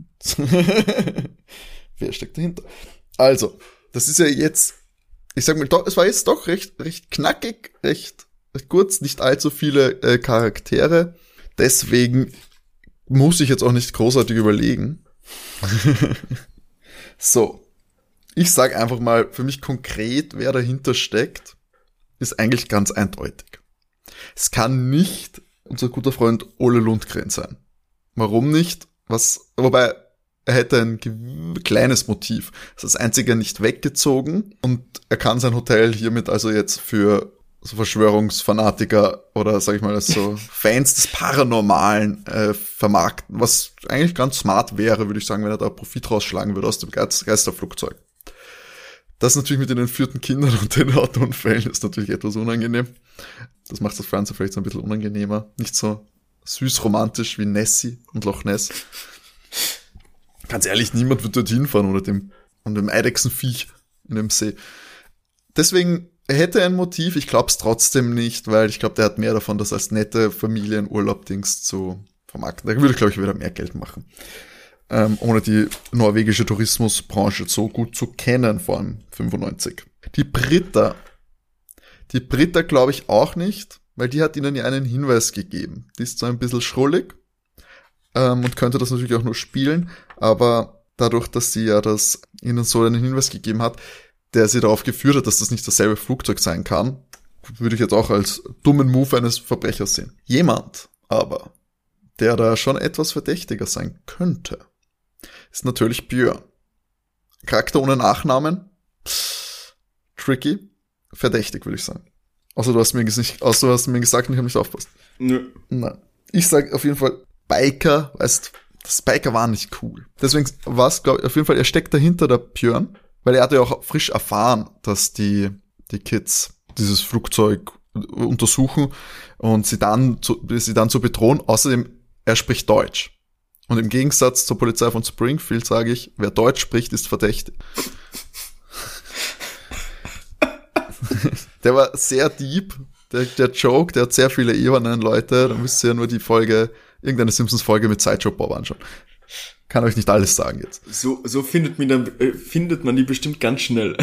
Wer steckt dahinter? Also, das ist ja jetzt, ich sag mal, es war jetzt doch recht knackig, recht kurz, nicht allzu viele Charaktere. Deswegen muss ich jetzt auch nicht großartig überlegen. So, ich sag einfach mal, für mich konkret, wer dahinter steckt, ist eigentlich ganz eindeutig. Es kann nicht unser guter Freund Ole Lundgren sein. Warum nicht? Wobei, er hätte ein kleines Motiv. Das ist das einzige nicht weggezogen und er kann sein Hotel hiermit also jetzt für so Verschwörungsfanatiker oder sag ich mal so Fans des Paranormalen vermarkten, was eigentlich ganz smart wäre, würde ich sagen, wenn er da Profit rausschlagen würde aus dem Geisterflugzeug. Das natürlich mit den entführten Kindern und den Autounfällen ist natürlich etwas unangenehm. Das macht das Ganze vielleicht so ein bisschen unangenehmer. Nicht so süß romantisch wie Nessie und Loch Ness. Ganz ehrlich, niemand wird dorthin fahren oder dem Eidechsenviech in dem See. Deswegen, er hätte ein Motiv, ich glaube es trotzdem nicht, weil ich glaube, der hat mehr davon, das als nette Familienurlaub-Dings zu vermarkten. Der würde, glaube ich, wieder mehr Geld machen. Ohne die norwegische Tourismusbranche so gut zu kennen, vor allem 95. Die Britta glaube ich auch nicht, weil die hat ihnen ja einen Hinweis gegeben. Die ist zwar ein bisschen schrullig und könnte das natürlich auch nur spielen, aber dadurch, dass sie ja das ihnen so einen Hinweis gegeben hat, der sie darauf geführt hat, dass das nicht dasselbe Flugzeug sein kann, würde ich jetzt auch als dummen Move eines Verbrechers sehen. Jemand aber, der da schon etwas verdächtiger sein könnte, ist natürlich Björn. Charakter ohne Nachnamen, tricky, verdächtig würde ich sagen. Außer du hast mir gesagt und ich habe nicht aufgepasst. Nö. Nein. Ich sage auf jeden Fall Biker, weißt, das Biker war nicht cool. Deswegen war es, glaube ich, auf jeden Fall, er steckt dahinter, der Björn, weil er hatte ja auch frisch erfahren, dass die Kids dieses Flugzeug untersuchen und sie dann zu bedrohen. Außerdem, er spricht Deutsch. Und im Gegensatz zur Polizei von Springfield sage ich, wer Deutsch spricht, ist verdächtig. Der war sehr deep, der Joke, der hat sehr viele Ebenen, Leute. Da müsst ihr ja nur die irgendeine Simpsons-Folge mit Sideshow Bob anschauen. Kann euch nicht alles sagen jetzt. So findet man die bestimmt ganz schnell.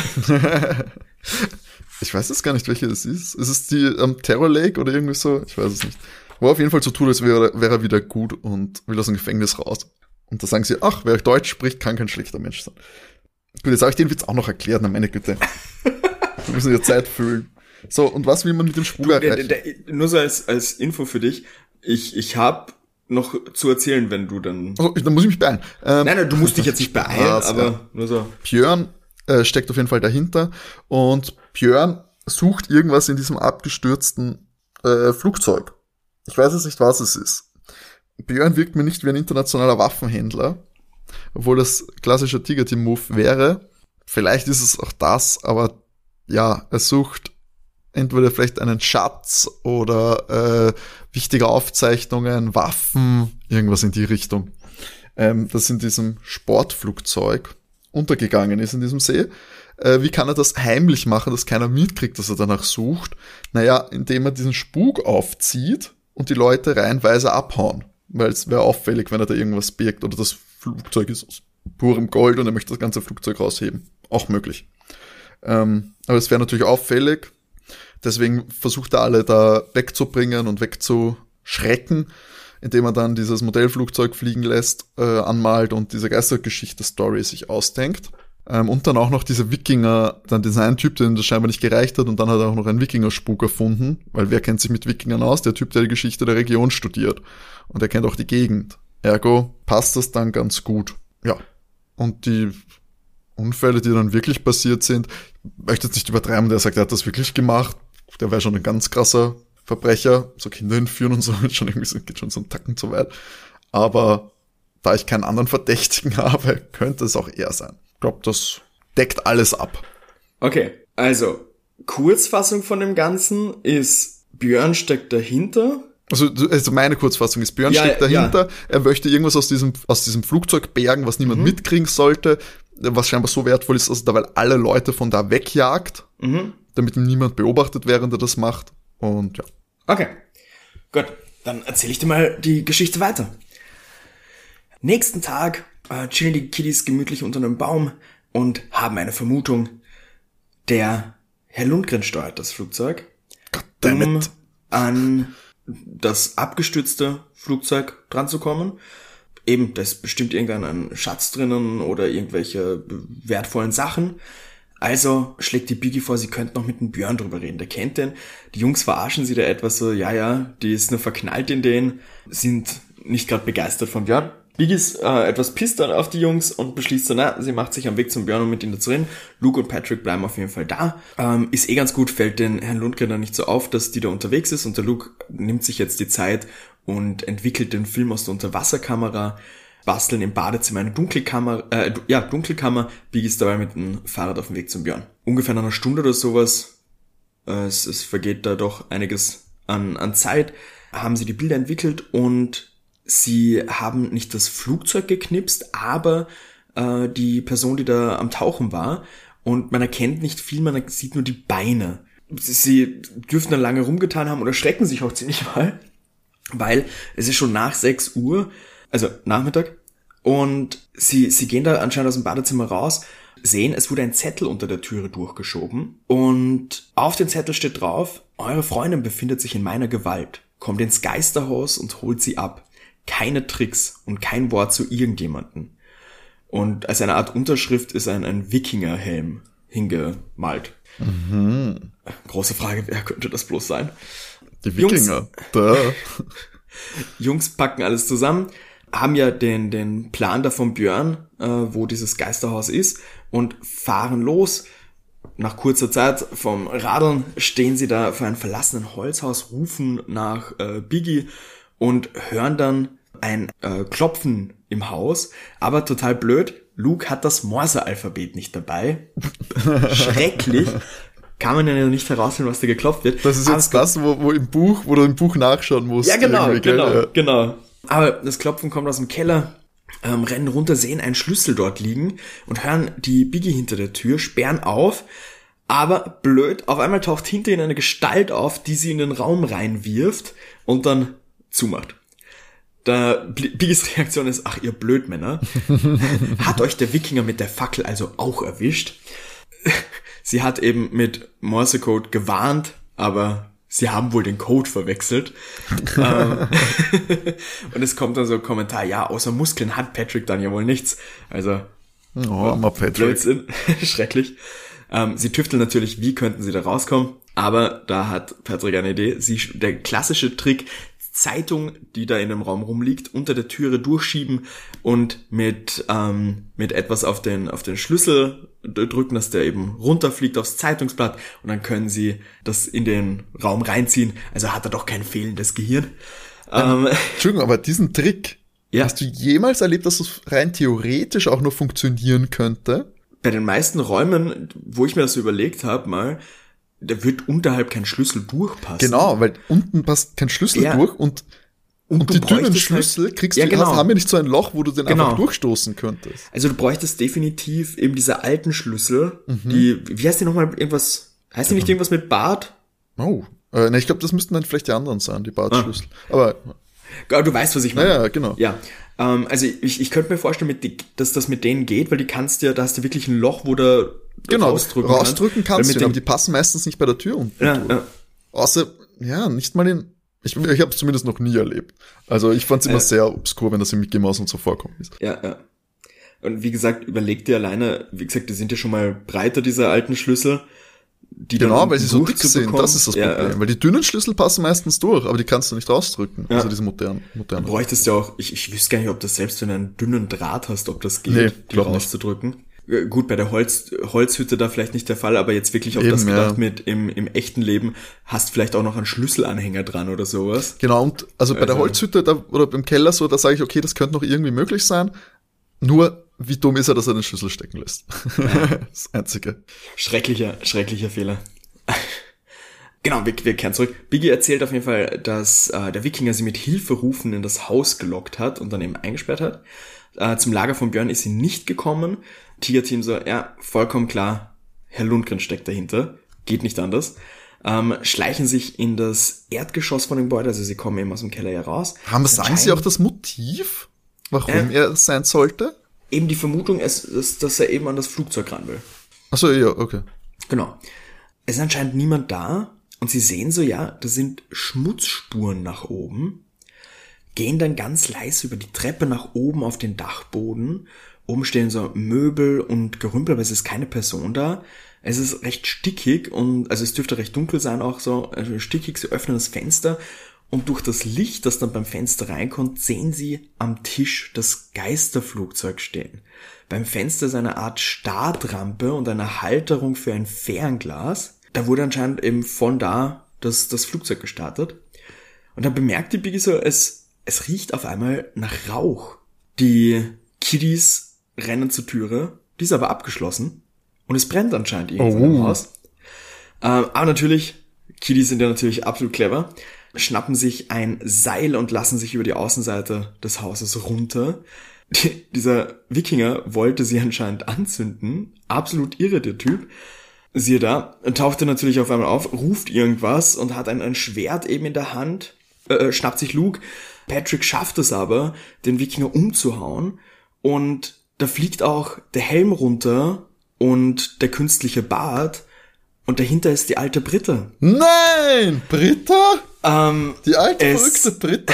Ich weiß jetzt gar nicht, welche das ist. Ist es die Terror Lake oder irgendwie so? Ich weiß es nicht. Wo auf jeden Fall so tut, als wäre er wieder gut und will aus dem Gefängnis raus. Und da sagen sie, ach, wer Deutsch spricht, kann kein schlechter Mensch sein. Gut, jetzt habe ich den Witz auch noch erklärt, na meine Güte. Wir müssen ja Zeit füllen. So, und was will man mit dem Spuk erreichen? Nur so als Info für dich. Ich habe noch zu erzählen, wenn du dann... Also, dann muss ich mich beeilen. Nein, du musst dich jetzt nicht beeilen, aber ja. Nur so. Björn steckt auf jeden Fall dahinter und Björn sucht irgendwas in diesem abgestürzten Flugzeug. Ich weiß jetzt nicht, was es ist. Björn wirkt mir nicht wie ein internationaler Waffenhändler, obwohl das klassischer Tiger-Team-Move wäre. Vielleicht ist es auch das, aber ja, er sucht entweder vielleicht einen Schatz oder wichtige Aufzeichnungen, Waffen, irgendwas in die Richtung. Das in diesem Sportflugzeug untergegangen ist in diesem See. Wie kann er das heimlich machen, dass keiner mitkriegt, dass er danach sucht? Naja, indem er diesen Spuk aufzieht und die Leute reihenweise abhauen. Weil es wäre auffällig, wenn er da irgendwas birgt oder das Flugzeug ist aus purem Gold und er möchte das ganze Flugzeug rausheben. Auch möglich. Aber es wäre natürlich auffällig. Deswegen versucht er alle da wegzubringen und wegzuschrecken, indem er dann dieses Modellflugzeug fliegen lässt, anmalt und diese Geistergeschichte-Story sich ausdenkt. Und dann auch noch diese Wikinger, dann diesen einen Typ, den das scheinbar nicht gereicht hat, und dann hat er auch noch einen Wikinger-Spuk erfunden, weil wer kennt sich mit Wikingern aus? Der Typ, der die Geschichte der Region studiert. Und er kennt auch die Gegend. Ergo passt das dann ganz gut. Ja. Und die Unfälle, die dann wirklich passiert sind, ich möchte jetzt nicht übertreiben, der sagt, er hat das wirklich gemacht. Der wäre schon ein ganz krasser Verbrecher. So Kinder entführen und so, geht schon so einen Tacken zu weit. Aber da ich keinen anderen Verdächtigen habe, könnte es auch er sein. Ich glaube, das deckt alles ab. Okay, also Kurzfassung von dem Ganzen ist, Björn steckt dahinter. Also meine Kurzfassung ist, Björn steckt dahinter, er möchte irgendwas aus diesem Flugzeug bergen, was niemand mitkriegen sollte, was scheinbar so wertvoll ist, dass er dabei alle Leute von da wegjagt, damit ihn niemand beobachtet, während er das macht. Und ja. Okay, gut, dann erzähle ich dir mal die Geschichte weiter. Nächsten Tag chillen die Kiddies gemütlich unter einem Baum und haben eine Vermutung. Der Herr Lundgren steuert das Flugzeug, um an das abgestürzte Flugzeug dran zu kommen. Eben, da ist bestimmt irgendein Schatz drinnen oder irgendwelche wertvollen Sachen. Also schlägt die Biggie vor, sie könnten noch mit dem Björn drüber reden. Der kennt den. Die Jungs verarschen sie da etwas so, ja, die ist nur verknallt in den, sind nicht gerade begeistert von Björn. Biggie ist etwas pisst dann auf die Jungs und beschließt dann, sie macht sich am Weg zum Björn, um mit ihnen zu reden. Luke und Patrick bleiben auf jeden Fall da. Ist ganz gut, fällt den Herrn Lundgren dann nicht so auf, dass die da unterwegs ist. Und der Luke nimmt sich jetzt die Zeit und entwickelt den Film aus der Unterwasserkamera, basteln im Badezimmer eine Dunkelkammer. Biggie ist dabei mit dem Fahrrad auf dem Weg zum Björn. Ungefähr nach einer Stunde oder sowas, es vergeht da doch einiges an Zeit, haben sie die Bilder entwickelt und sie haben nicht das Flugzeug geknipst, aber die Person, die da am Tauchen war. Und man erkennt nicht viel, man sieht nur die Beine. Sie dürften dann lange rumgetan haben oder schrecken sich auch ziemlich mal, weil es ist schon nach 6 Uhr, also Nachmittag. Und sie gehen da anscheinend aus dem Badezimmer raus, sehen, es wurde ein Zettel unter der Türe durchgeschoben. Und auf dem Zettel steht drauf, eure Freundin befindet sich in meiner Gewalt. Kommt ins Geisterhaus und holt sie ab. Keine Tricks und kein Wort zu irgendjemanden. Und als eine Art Unterschrift ist ein Wikingerhelm hingemalt. Große Frage, wer könnte das bloß sein? Die Wikinger. Jungs packen alles zusammen, haben ja den Plan da von Björn, wo dieses Geisterhaus ist, und fahren los. Nach kurzer Zeit vom Radeln stehen sie da vor einem verlassenen Holzhaus, rufen nach Biggie und hören dann ein Klopfen im Haus, aber total blöd, Luke hat das Morse-Alphabet nicht dabei. Schrecklich. Kann man ja nicht herausfinden, was da geklopft wird. Das ist jetzt das, wo du im Buch nachschauen musst. Ja, genau. Aber das Klopfen kommt aus dem Keller, rennen runter, sehen einen Schlüssel dort liegen und hören die Biggie hinter der Tür, sperren auf, aber blöd, auf einmal taucht hinter ihnen eine Gestalt auf, die sie in den Raum reinwirft und dann zumacht. Biggies Reaktion ist, ach ihr Blödmänner, hat euch der Wikinger mit der Fackel also auch erwischt? Sie hat eben mit Morsecode gewarnt, aber sie haben wohl den Code verwechselt. Und es kommt dann so ein Kommentar, ja, außer Muskeln hat Patrick dann ja wohl nichts. Also, Patrick. Blödsinn, schrecklich. Sie tüfteln natürlich, wie könnten sie da rauskommen, aber da hat Patrick eine Idee. Der klassische Trick, Zeitung, die da in dem Raum rumliegt, unter der Türe durchschieben und mit etwas auf den Schlüssel drücken, dass der eben runterfliegt aufs Zeitungsblatt und dann können sie das in den Raum reinziehen. Also hat er doch kein fehlendes Gehirn. Entschuldigung, aber diesen Trick, hast du jemals erlebt, dass das rein theoretisch auch nur funktionieren könnte? Bei den meisten Räumen, wo ich mir das so überlegt habe, da wird unterhalb kein Schlüssel durchpassen. Genau, weil unten passt kein Schlüssel durch und die dünnen Schlüssel haben ja nicht so ein Loch, wo du den einfach durchstoßen könntest. Also du bräuchtest definitiv eben diese alten Schlüssel, wie heißt die nochmal, heißt die nicht irgendwas mit Bart? Oh, ich glaube, das müssten dann vielleicht die anderen sein, die Bartschlüssel. Aber du weißt, was ich meine. Ja, genau. Ja. Also ich könnte mir vorstellen, dass das mit denen geht, weil da hast du wirklich ein Loch, wo du rausdrücken kannst du, aber die passen meistens nicht bei der Tür unten durch. Ja. Außer, nicht mal ich habe es zumindest noch nie erlebt. Also ich fand es immer sehr obskur, wenn das im Mickey Mouse und so vorkommt. Ja. Und wie gesagt, überleg dir alleine, wie gesagt, die sind ja schon mal breiter, diese alten Schlüssel. Weil sie so dick sind, das ist das Problem. Weil die dünnen Schlüssel passen meistens durch, aber die kannst du nicht rausdrücken. Ja. Also diese modernen. Du bräuchtest ja auch, ich wüsste gar nicht, ob das selbst, wenn du einen dünnen Draht hast, ob das geht, die rauszudrücken. Gut, bei der Holzhütte da vielleicht nicht der Fall, aber jetzt wirklich auf das gedacht mit im echten Leben, hast vielleicht auch noch einen Schlüsselanhänger dran oder sowas. Genau, und also bei der Holzhütte oder im Keller so, da sage ich, okay, das könnte noch irgendwie möglich sein. Nur, wie dumm ist er, dass er den Schlüssel stecken lässt? Ja. Das Einzige. Schrecklicher Fehler. Genau, wir kehren zurück. Biggie erzählt auf jeden Fall, dass der Wikinger sie mit Hilferufen in das Haus gelockt hat und dann eben eingesperrt hat. Zum Lager von Björn ist sie nicht gekommen. Tiger-Team so, ja, vollkommen klar, Herr Lundgren steckt dahinter. Geht nicht anders. Schleichen sich in das Erdgeschoss von dem Gebäude, also sie kommen eben aus dem Keller heraus. Sagen Sie auch das Motiv, warum er sein sollte? Eben die Vermutung ist, dass er eben an das Flugzeug ran will. Ach so, ja, okay. Genau. Es ist anscheinend niemand da. Und sie sehen so, ja, da sind Schmutzspuren nach oben, gehen dann ganz leise über die Treppe nach oben auf den Dachboden. Oben stehen so Möbel und Gerümpel, aber es ist keine Person da. Es ist recht stickig und, also es dürfte recht dunkel sein auch so, also stickig, sie öffnen das Fenster und durch das Licht, das dann beim Fenster reinkommt, sehen sie am Tisch das Geisterflugzeug stehen. Beim Fenster ist eine Art Startrampe und eine Halterung für ein Fernglas. Da wurde anscheinend eben von da das Flugzeug gestartet. Und dann bemerkte Biggie so, es riecht auf einmal nach Rauch. Die Kiddies rennen zur Türe, die ist aber abgeschlossen. Und es brennt anscheinend irgendwo im Haus. Aber natürlich, Kiddies sind ja natürlich absolut clever, schnappen sich ein Seil und lassen sich über die Außenseite des Hauses runter. Dieser Wikinger wollte sie anscheinend anzünden. Absolut irre, der Typ. Siehe da, taucht er natürlich auf einmal auf, ruft irgendwas und hat ein Schwert eben in der Hand, schnappt sich Luke. Patrick schafft es aber, den Wikinger umzuhauen und da fliegt auch der Helm runter und der künstliche Bart und dahinter ist die alte Britta. Nein! Britta? Die alte, verrückte Britta?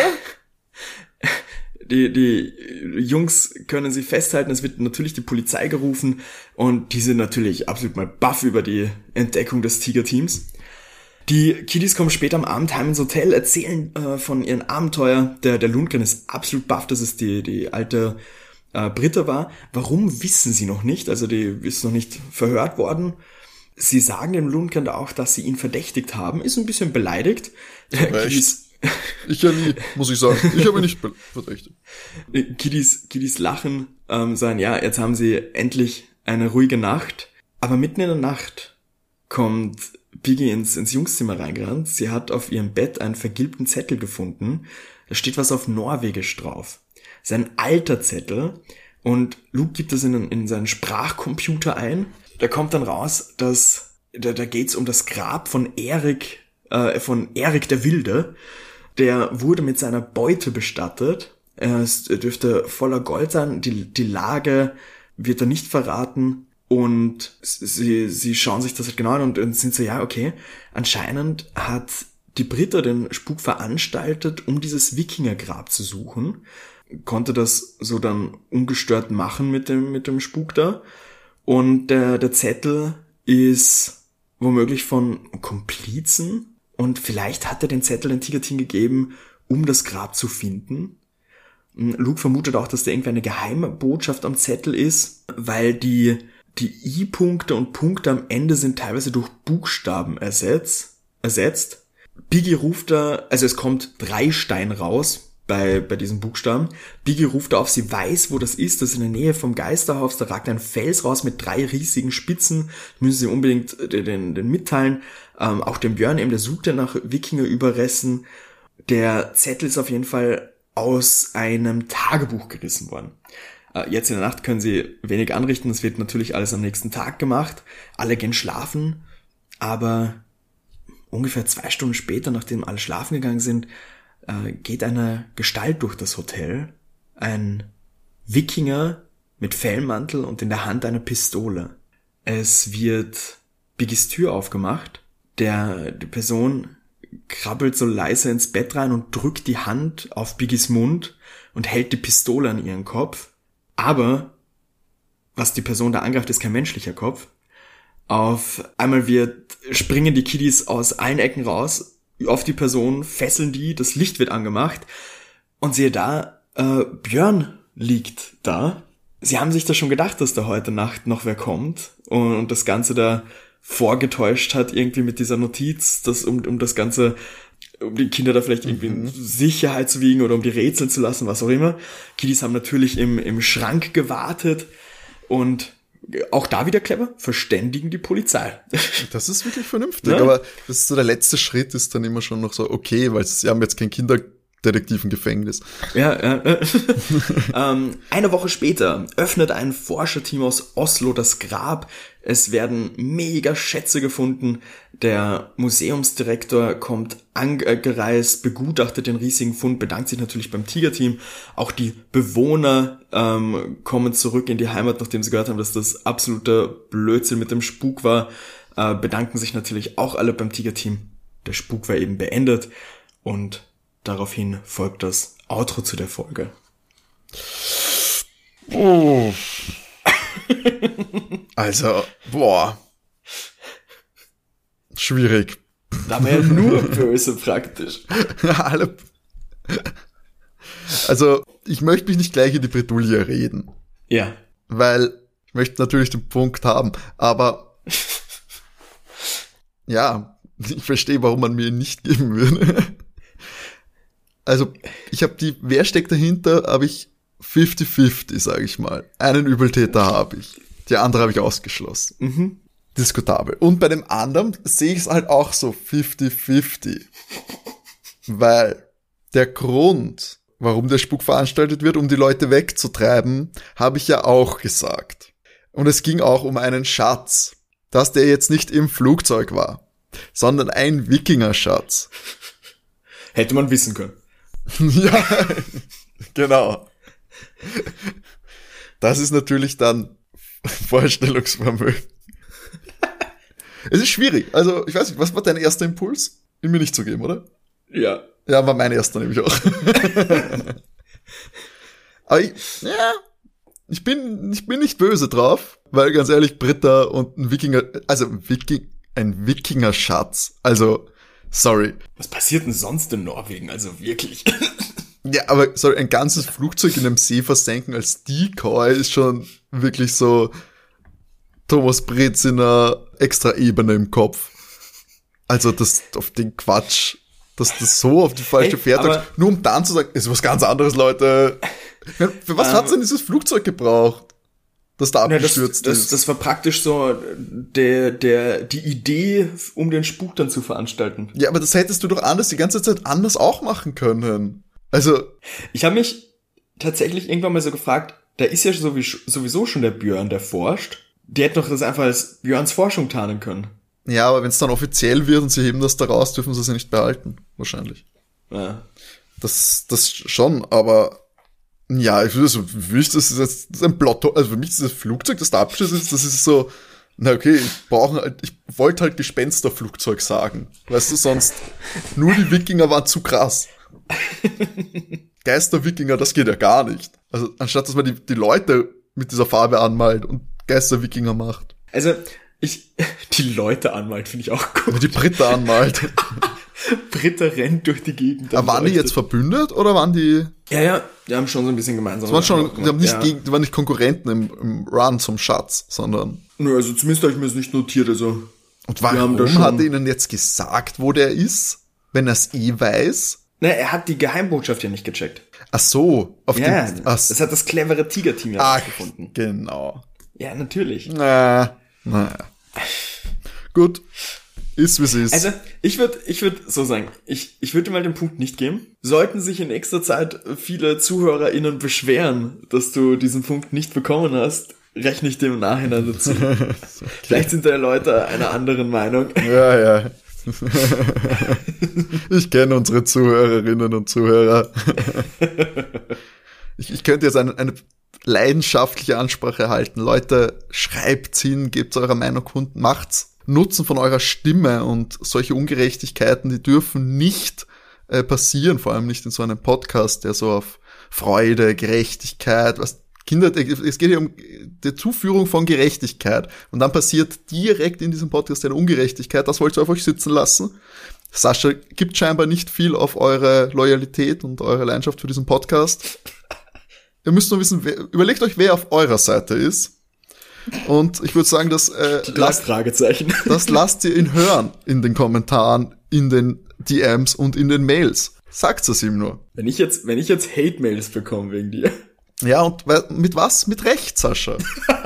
Die Jungs können sie festhalten, es wird natürlich die Polizei gerufen und die sind natürlich absolut mal baff über die Entdeckung des Tiger-Teams. Die Kiddies kommen später am Abend heim ins Hotel, erzählen von ihren Abenteuer. Der Lundgren ist absolut baff, dass es die alte Britta war. Warum, wissen sie noch nicht, also die ist noch nicht verhört worden. Sie sagen dem Lundgren auch, dass sie ihn verdächtigt haben, ist ein bisschen beleidigt. Ich ja nie, muss ich sagen. Ich habe ihn nicht verdächtigt. Kiddies lachen, sagen, ja, jetzt haben sie endlich eine ruhige Nacht. Aber mitten in der Nacht kommt Biggie ins Jungszimmer reingerannt. Sie hat auf ihrem Bett einen vergilbten Zettel gefunden. Da steht was auf Norwegisch drauf. Das ist ein alter Zettel. Und Luke gibt das in seinen Sprachcomputer ein. Da kommt dann raus, dass da geht's um das Grab von Erik der Wilde. Der wurde mit seiner Beute bestattet. Es dürfte voller Gold sein. Die Lage wird er nicht verraten. Und sie schauen sich das halt genau an und sind so, ja, okay. Anscheinend hat die Britta den Spuk veranstaltet, um dieses Wikingergrab zu suchen. Konnte das so dann ungestört machen mit dem Spuk da. Und der Zettel ist womöglich von Komplizen. Und vielleicht hat er den Zettel den Tiger-Team gegeben, um das Grab zu finden. Luke vermutet auch, dass da irgendwie eine geheime Botschaft am Zettel ist, weil die I-Punkte und Punkte am Ende sind teilweise durch Buchstaben ersetzt. Biggie ruft da, also es kommt 3 Stein raus bei diesen Buchstaben. Biggie ruft da auf, sie weiß, wo das ist in der Nähe vom Geisterhaus, da ragt ein Fels raus mit 3 riesigen Spitzen, müssen sie unbedingt den mitteilen. Auch dem Björn eben, der sucht ja nach Wikingerüberresten. Der Zettel ist auf jeden Fall aus einem Tagebuch gerissen worden. Jetzt in der Nacht können sie wenig anrichten, das wird natürlich alles am nächsten Tag gemacht. Alle gehen schlafen, aber ungefähr 2 Stunden später, nachdem alle schlafen gegangen sind, geht eine Gestalt durch das Hotel. Ein Wikinger mit Fellmantel und in der Hand eine Pistole. Es wird Biggies Tür aufgemacht. Die Person krabbelt so leise ins Bett rein und drückt die Hand auf Biggies Mund und hält die Pistole an ihren Kopf. Aber was die Person da angreift, ist kein menschlicher Kopf. Auf einmal springen die Kiddies aus allen Ecken raus, auf die Person, fesseln die, das Licht wird angemacht und siehe da, Björn liegt da sie haben sich da schon gedacht, dass da heute Nacht noch wer kommt und das Ganze da vorgetäuscht hat, irgendwie mit dieser Notiz, dass um das Ganze, um die Kinder da vielleicht irgendwie in Sicherheit zu wiegen oder um die rätseln zu lassen, was auch immer. Kiddies haben natürlich im Schrank gewartet und auch da wieder clever, verständigen die Polizei. Das ist wirklich vernünftig, Ja? aber das ist so der letzte Schritt, ist dann immer schon noch so okay, weil sie haben jetzt kein Kinderdetektiv im Gefängnis. Ja. Eine Woche später öffnet ein Forscherteam aus Oslo das Grab. Es werden mega Schätze gefunden. Der Museumsdirektor kommt angereist, begutachtet den riesigen Fund, bedankt sich natürlich beim Tigerteam. Auch die Bewohner kommen zurück in die Heimat, nachdem sie gehört haben, dass das absoluter Blödsinn mit dem Spuk war. Bedanken sich natürlich auch alle beim Tigerteam. Der Spuk war eben beendet und daraufhin folgt das Outro zu der Folge. Oh. Also, schwierig. Da war ja nur böse praktisch. Alle. Also, ich möchte mich nicht gleich in die Bredouille reden, Ja. weil ich möchte natürlich den Punkt haben, aber ja, ich verstehe, warum man mir ihn nicht geben würde. Also, wer steckt dahinter, habe ich 50-50, sage ich mal. Einen Übeltäter habe ich. Die andere habe ich ausgeschlossen. Diskutabel. Und bei dem anderen sehe ich es halt auch so 50-50. Weil der Grund, warum der Spuk veranstaltet wird, um die Leute wegzutreiben, habe ich ja auch gesagt. Und es ging auch um einen Schatz, dass der jetzt nicht im Flugzeug war, sondern ein Wikinger-Schatz. Hätte man wissen können. Ja, genau. Das ist natürlich dann Vorstellungsvermögen. Es ist schwierig. Also, ich weiß nicht, was war dein erster Impuls? Ihn mir nicht zu geben, oder? Ja. Ja, war mein erster nämlich auch. Aber ich bin nicht böse drauf, weil ganz ehrlich, Britta und ein ein Wikinger-Schatz. Also, sorry. Was passiert denn sonst in Norwegen? Also wirklich. Ja, aber sorry, ein ganzes Flugzeug in einem See versenken als Decoy ist schon wirklich so Thomas Bretz in einer extra Ebene im Kopf. Also das auf den Quatsch, dass das so auf die falsche Fährte, aber nur um dann zu sagen, ist was ganz anderes, Leute. Für was hat's denn dieses Flugzeug gebraucht, das da abgestürzt ist? Das war praktisch so die Idee, um den Spuk dann zu veranstalten. Ja, aber das hättest du doch die ganze Zeit anders auch machen können. Also, ich habe mich tatsächlich irgendwann mal so gefragt, da ist ja sowieso schon der Björn, der forscht. Die hätten doch das einfach als Björns Forschung tarnen können. ja, aber wenn es dann offiziell wird und sie heben das da raus, dürfen sie es ja nicht behalten, wahrscheinlich. Ja. Das schon, aber ja, für mich das ist ein Plot, also für mich ist das Flugzeug, das da abgestürzt ist, das ist so, na okay, ich wollte halt Gespensterflugzeug sagen, weißt du, sonst nur die Wikinger waren zu krass. Geister-Wikinger, das geht ja gar nicht. Also anstatt, dass man die Leute mit dieser Farbe anmalt und Geister-Wikinger macht. Also, die Leute anmalt, finde ich auch Wenn gut. die Britta anmalt. Britta rennt durch die Gegend. Aber waren die jetzt verbündet oder waren die... Ja, die haben schon so ein bisschen gemeinsam. Die waren nicht Konkurrenten im Run zum Schatz, sondern... Nö, also zumindest habe ich mir das nicht notiert, also... Und Wir haben da warum schon- hat er ihnen jetzt gesagt, wo der ist, wenn er es weiß? Na, er hat die Geheimbotschaft ja nicht gecheckt. Ach so, Ja, das hat das clevere Tigerteam ja rausgefunden. Genau. Ja, natürlich. Naja. Gut. Ist, wie es ist. Also, ich würde so sagen, ich würde mal den Punkt nicht geben. Sollten sich in nächster Zeit viele ZuhörerInnen beschweren, dass du diesen Punkt nicht bekommen hast, rechne ich dem im Nachhinein dazu. Vielleicht sind da Leute einer anderen Meinung. Ja. Ich kenne unsere Zuhörerinnen und Zuhörer. Ich könnte jetzt eine leidenschaftliche Ansprache halten. Leute, schreibt's hin, gebt eure Meinung kund, macht's Nutzen von eurer Stimme, und solche Ungerechtigkeiten, die dürfen nicht passieren, vor allem nicht in so einem Podcast, der so auf Freude, Gerechtigkeit, es geht hier um die Zuführung von Gerechtigkeit, und dann passiert direkt in diesem Podcast eine Ungerechtigkeit. Das wollt ihr auf euch sitzen lassen. Sascha gibt scheinbar nicht viel auf eure Loyalität und eure Leidenschaft für diesen Podcast. Ihr müsst nur wissen, überlegt euch, wer auf eurer Seite ist. Und ich würde sagen, das Fragezeichen. Das lasst ihr ihn hören in den Kommentaren, in den DMs und in den Mails. Sagt es ihm nur. Wenn ich jetzt Hate-Mails bekomme wegen dir. Ja, und mit was? Mit Recht, Sascha.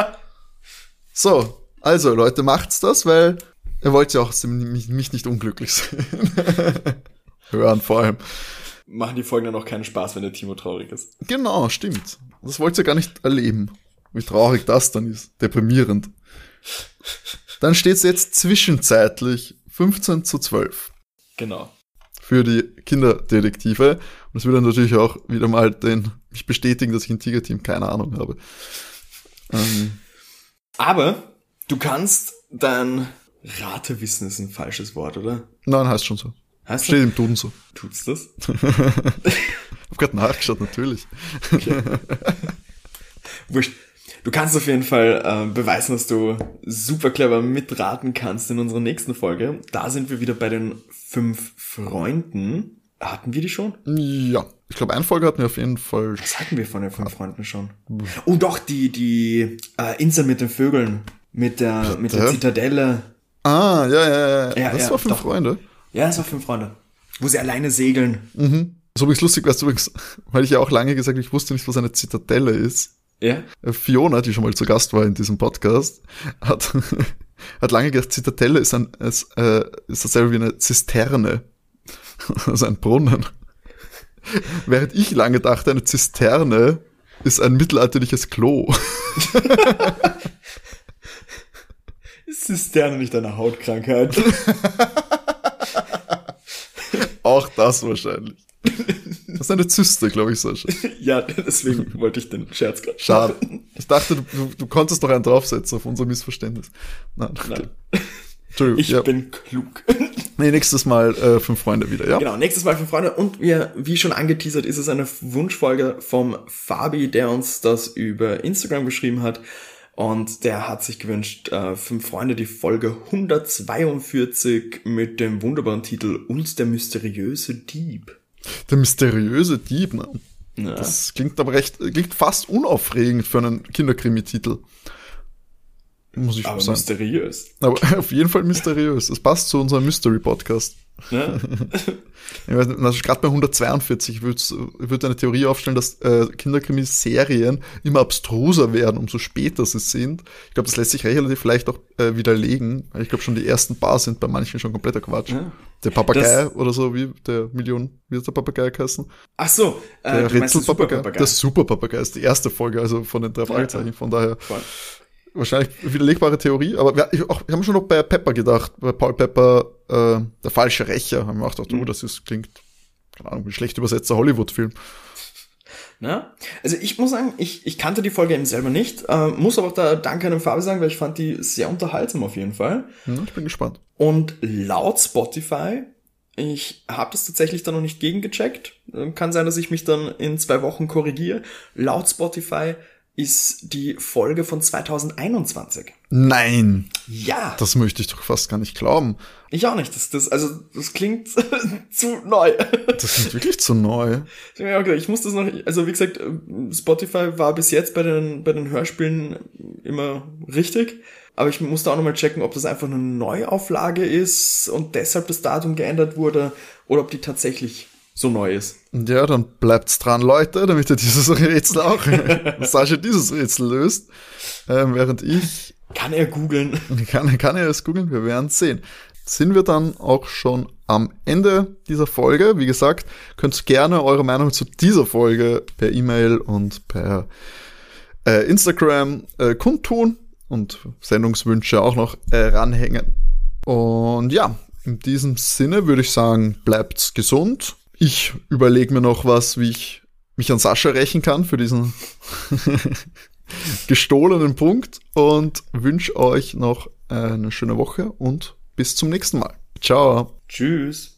So, also Leute, macht's das, weil ihr wollt ja auch mich nicht unglücklich sehen. Hören vor allem. Machen die Folgen dann auch keinen Spaß, wenn der Timo traurig ist. Genau, stimmt. Das wollt ihr gar nicht erleben. Wie traurig das dann ist. Deprimierend. Dann steht's jetzt zwischenzeitlich 15:12. Genau. Für die Kinderdetektive. Und das würde natürlich auch wieder mal mich bestätigen, dass ich ein Tigerteam keine Ahnung habe. Aber du kannst dein Ratewissen ist ein falsches Wort, oder? Nein, heißt schon so. Heißt Steht im Duden so. Tut's das? Ich hab grad nachgeschaut, natürlich. Okay. Wurscht. Du kannst auf jeden Fall beweisen, dass du super clever mitraten kannst in unserer nächsten Folge. Da sind wir wieder bei den 5 Freunden. Hatten wir die schon? Ja, ich glaube, eine Folge hatten wir auf jeden Fall. Was hatten wir von den 5 Freunden schon? Oh doch, die Insel mit den Vögeln. Mit der Zitadelle. Ah, ja. Das war 5 doch. Freunde. Ja, das war 5 Freunde. Wo sie alleine segeln. Mhm. So übrigens lustig, weißt du übrigens, weil ich ja auch lange gesagt habe, ich wusste nicht, was eine Zitadelle ist. Ja. Fiona, die schon mal zu Gast war in diesem Podcast, hat lange gedacht, Zitadelle ist dasselbe wie eine Zisterne. Also ein Brunnen. Während ich lange dachte, eine Zisterne ist ein mittelalterliches Klo. Ist Zisterne nicht eine Hautkrankheit? Auch das wahrscheinlich. Das ist eine Zyste, glaube ich, Sascha. Ja, deswegen wollte ich den Scherz gerade. Schade. Ich dachte, du konntest doch einen draufsetzen auf unser Missverständnis. Nein. Entschuldigung. Ich bin klug. Nee, nächstes Mal 5 Freunde wieder, ja? Genau, nächstes Mal 5 Freunde. Und wie schon angeteasert, ist es eine Wunschfolge vom Fabi, der uns das über Instagram geschrieben hat. Und der hat sich gewünscht, 5 Freunde, die Folge 142 mit dem wunderbaren Titel Und der mysteriöse Dieb. Der mysteriöse Dieb, ne? Ja. Das klingt klingt fast unaufregend für einen Kinderkrimi-Titel. Muss ich Aber sagen. mysteriös. Aber auf jeden Fall mysteriös. Das passt zu unserem Mystery-Podcast. Ja. Ich weiß nicht, also gerade bei 142 würde eine Theorie aufstellen, dass Kinderkrimi-Serien immer abstruser werden, umso später sie sind. Ich glaube, das lässt sich relativ leicht auch widerlegen. Ich glaube schon, die ersten paar sind bei manchen schon kompletter Quatsch. Ja. Der Papagei oder so, wie hat der Papagei geheißen? Ach so, der Rätselpapagei. Der Superpapagei ist die erste Folge, also von den 3 Fragezeichen. Ja. Von daher wahrscheinlich widerlegbare Theorie, aber wir haben schon noch bei Pepper gedacht, bei Paul Pepper, der falsche Rächer, haben wir auch gedacht, das klingt, keine Ahnung, wie schlecht übersetzter Hollywood-Film. Na, also ich muss sagen, ich kannte die Folge eben selber nicht, muss aber auch da Danke an den Fabi sagen, weil ich fand die sehr unterhaltsam auf jeden Fall. Ja, ich bin gespannt. Und laut Spotify, ich habe das tatsächlich da noch nicht gegengecheckt, kann sein, dass ich mich dann in 2 Wochen korrigiere, laut Spotify ist die Folge von 2021. Nein! Ja! Das möchte ich doch fast gar nicht glauben. Ich auch nicht. Das klingt zu neu. Das klingt wirklich zu neu. Ich muss das noch, also wie gesagt, Spotify war bis jetzt bei den Hörspielen immer richtig. Aber ich musste auch nochmal checken, ob das einfach eine Neuauflage ist und deshalb das Datum geändert wurde oder ob die tatsächlich so neu ist. Ja, dann bleibt's dran, Leute, damit ihr dieses Rätsel auch, Sascha dieses Rätsel löst, während ich... Kann er googeln? Kann er es googeln? Wir werden sehen. Sind wir dann auch schon am Ende dieser Folge. Wie gesagt, könnt gerne eure Meinung zu dieser Folge per E-Mail und per Instagram kundtun und Sendungswünsche auch noch ranhängen. Und ja, in diesem Sinne würde ich sagen, bleibt's gesund. Ich überlege mir noch was, wie ich mich an Sascha rächen kann für diesen gestohlenen Punkt und wünsche euch noch eine schöne Woche und bis zum nächsten Mal. Ciao. Tschüss.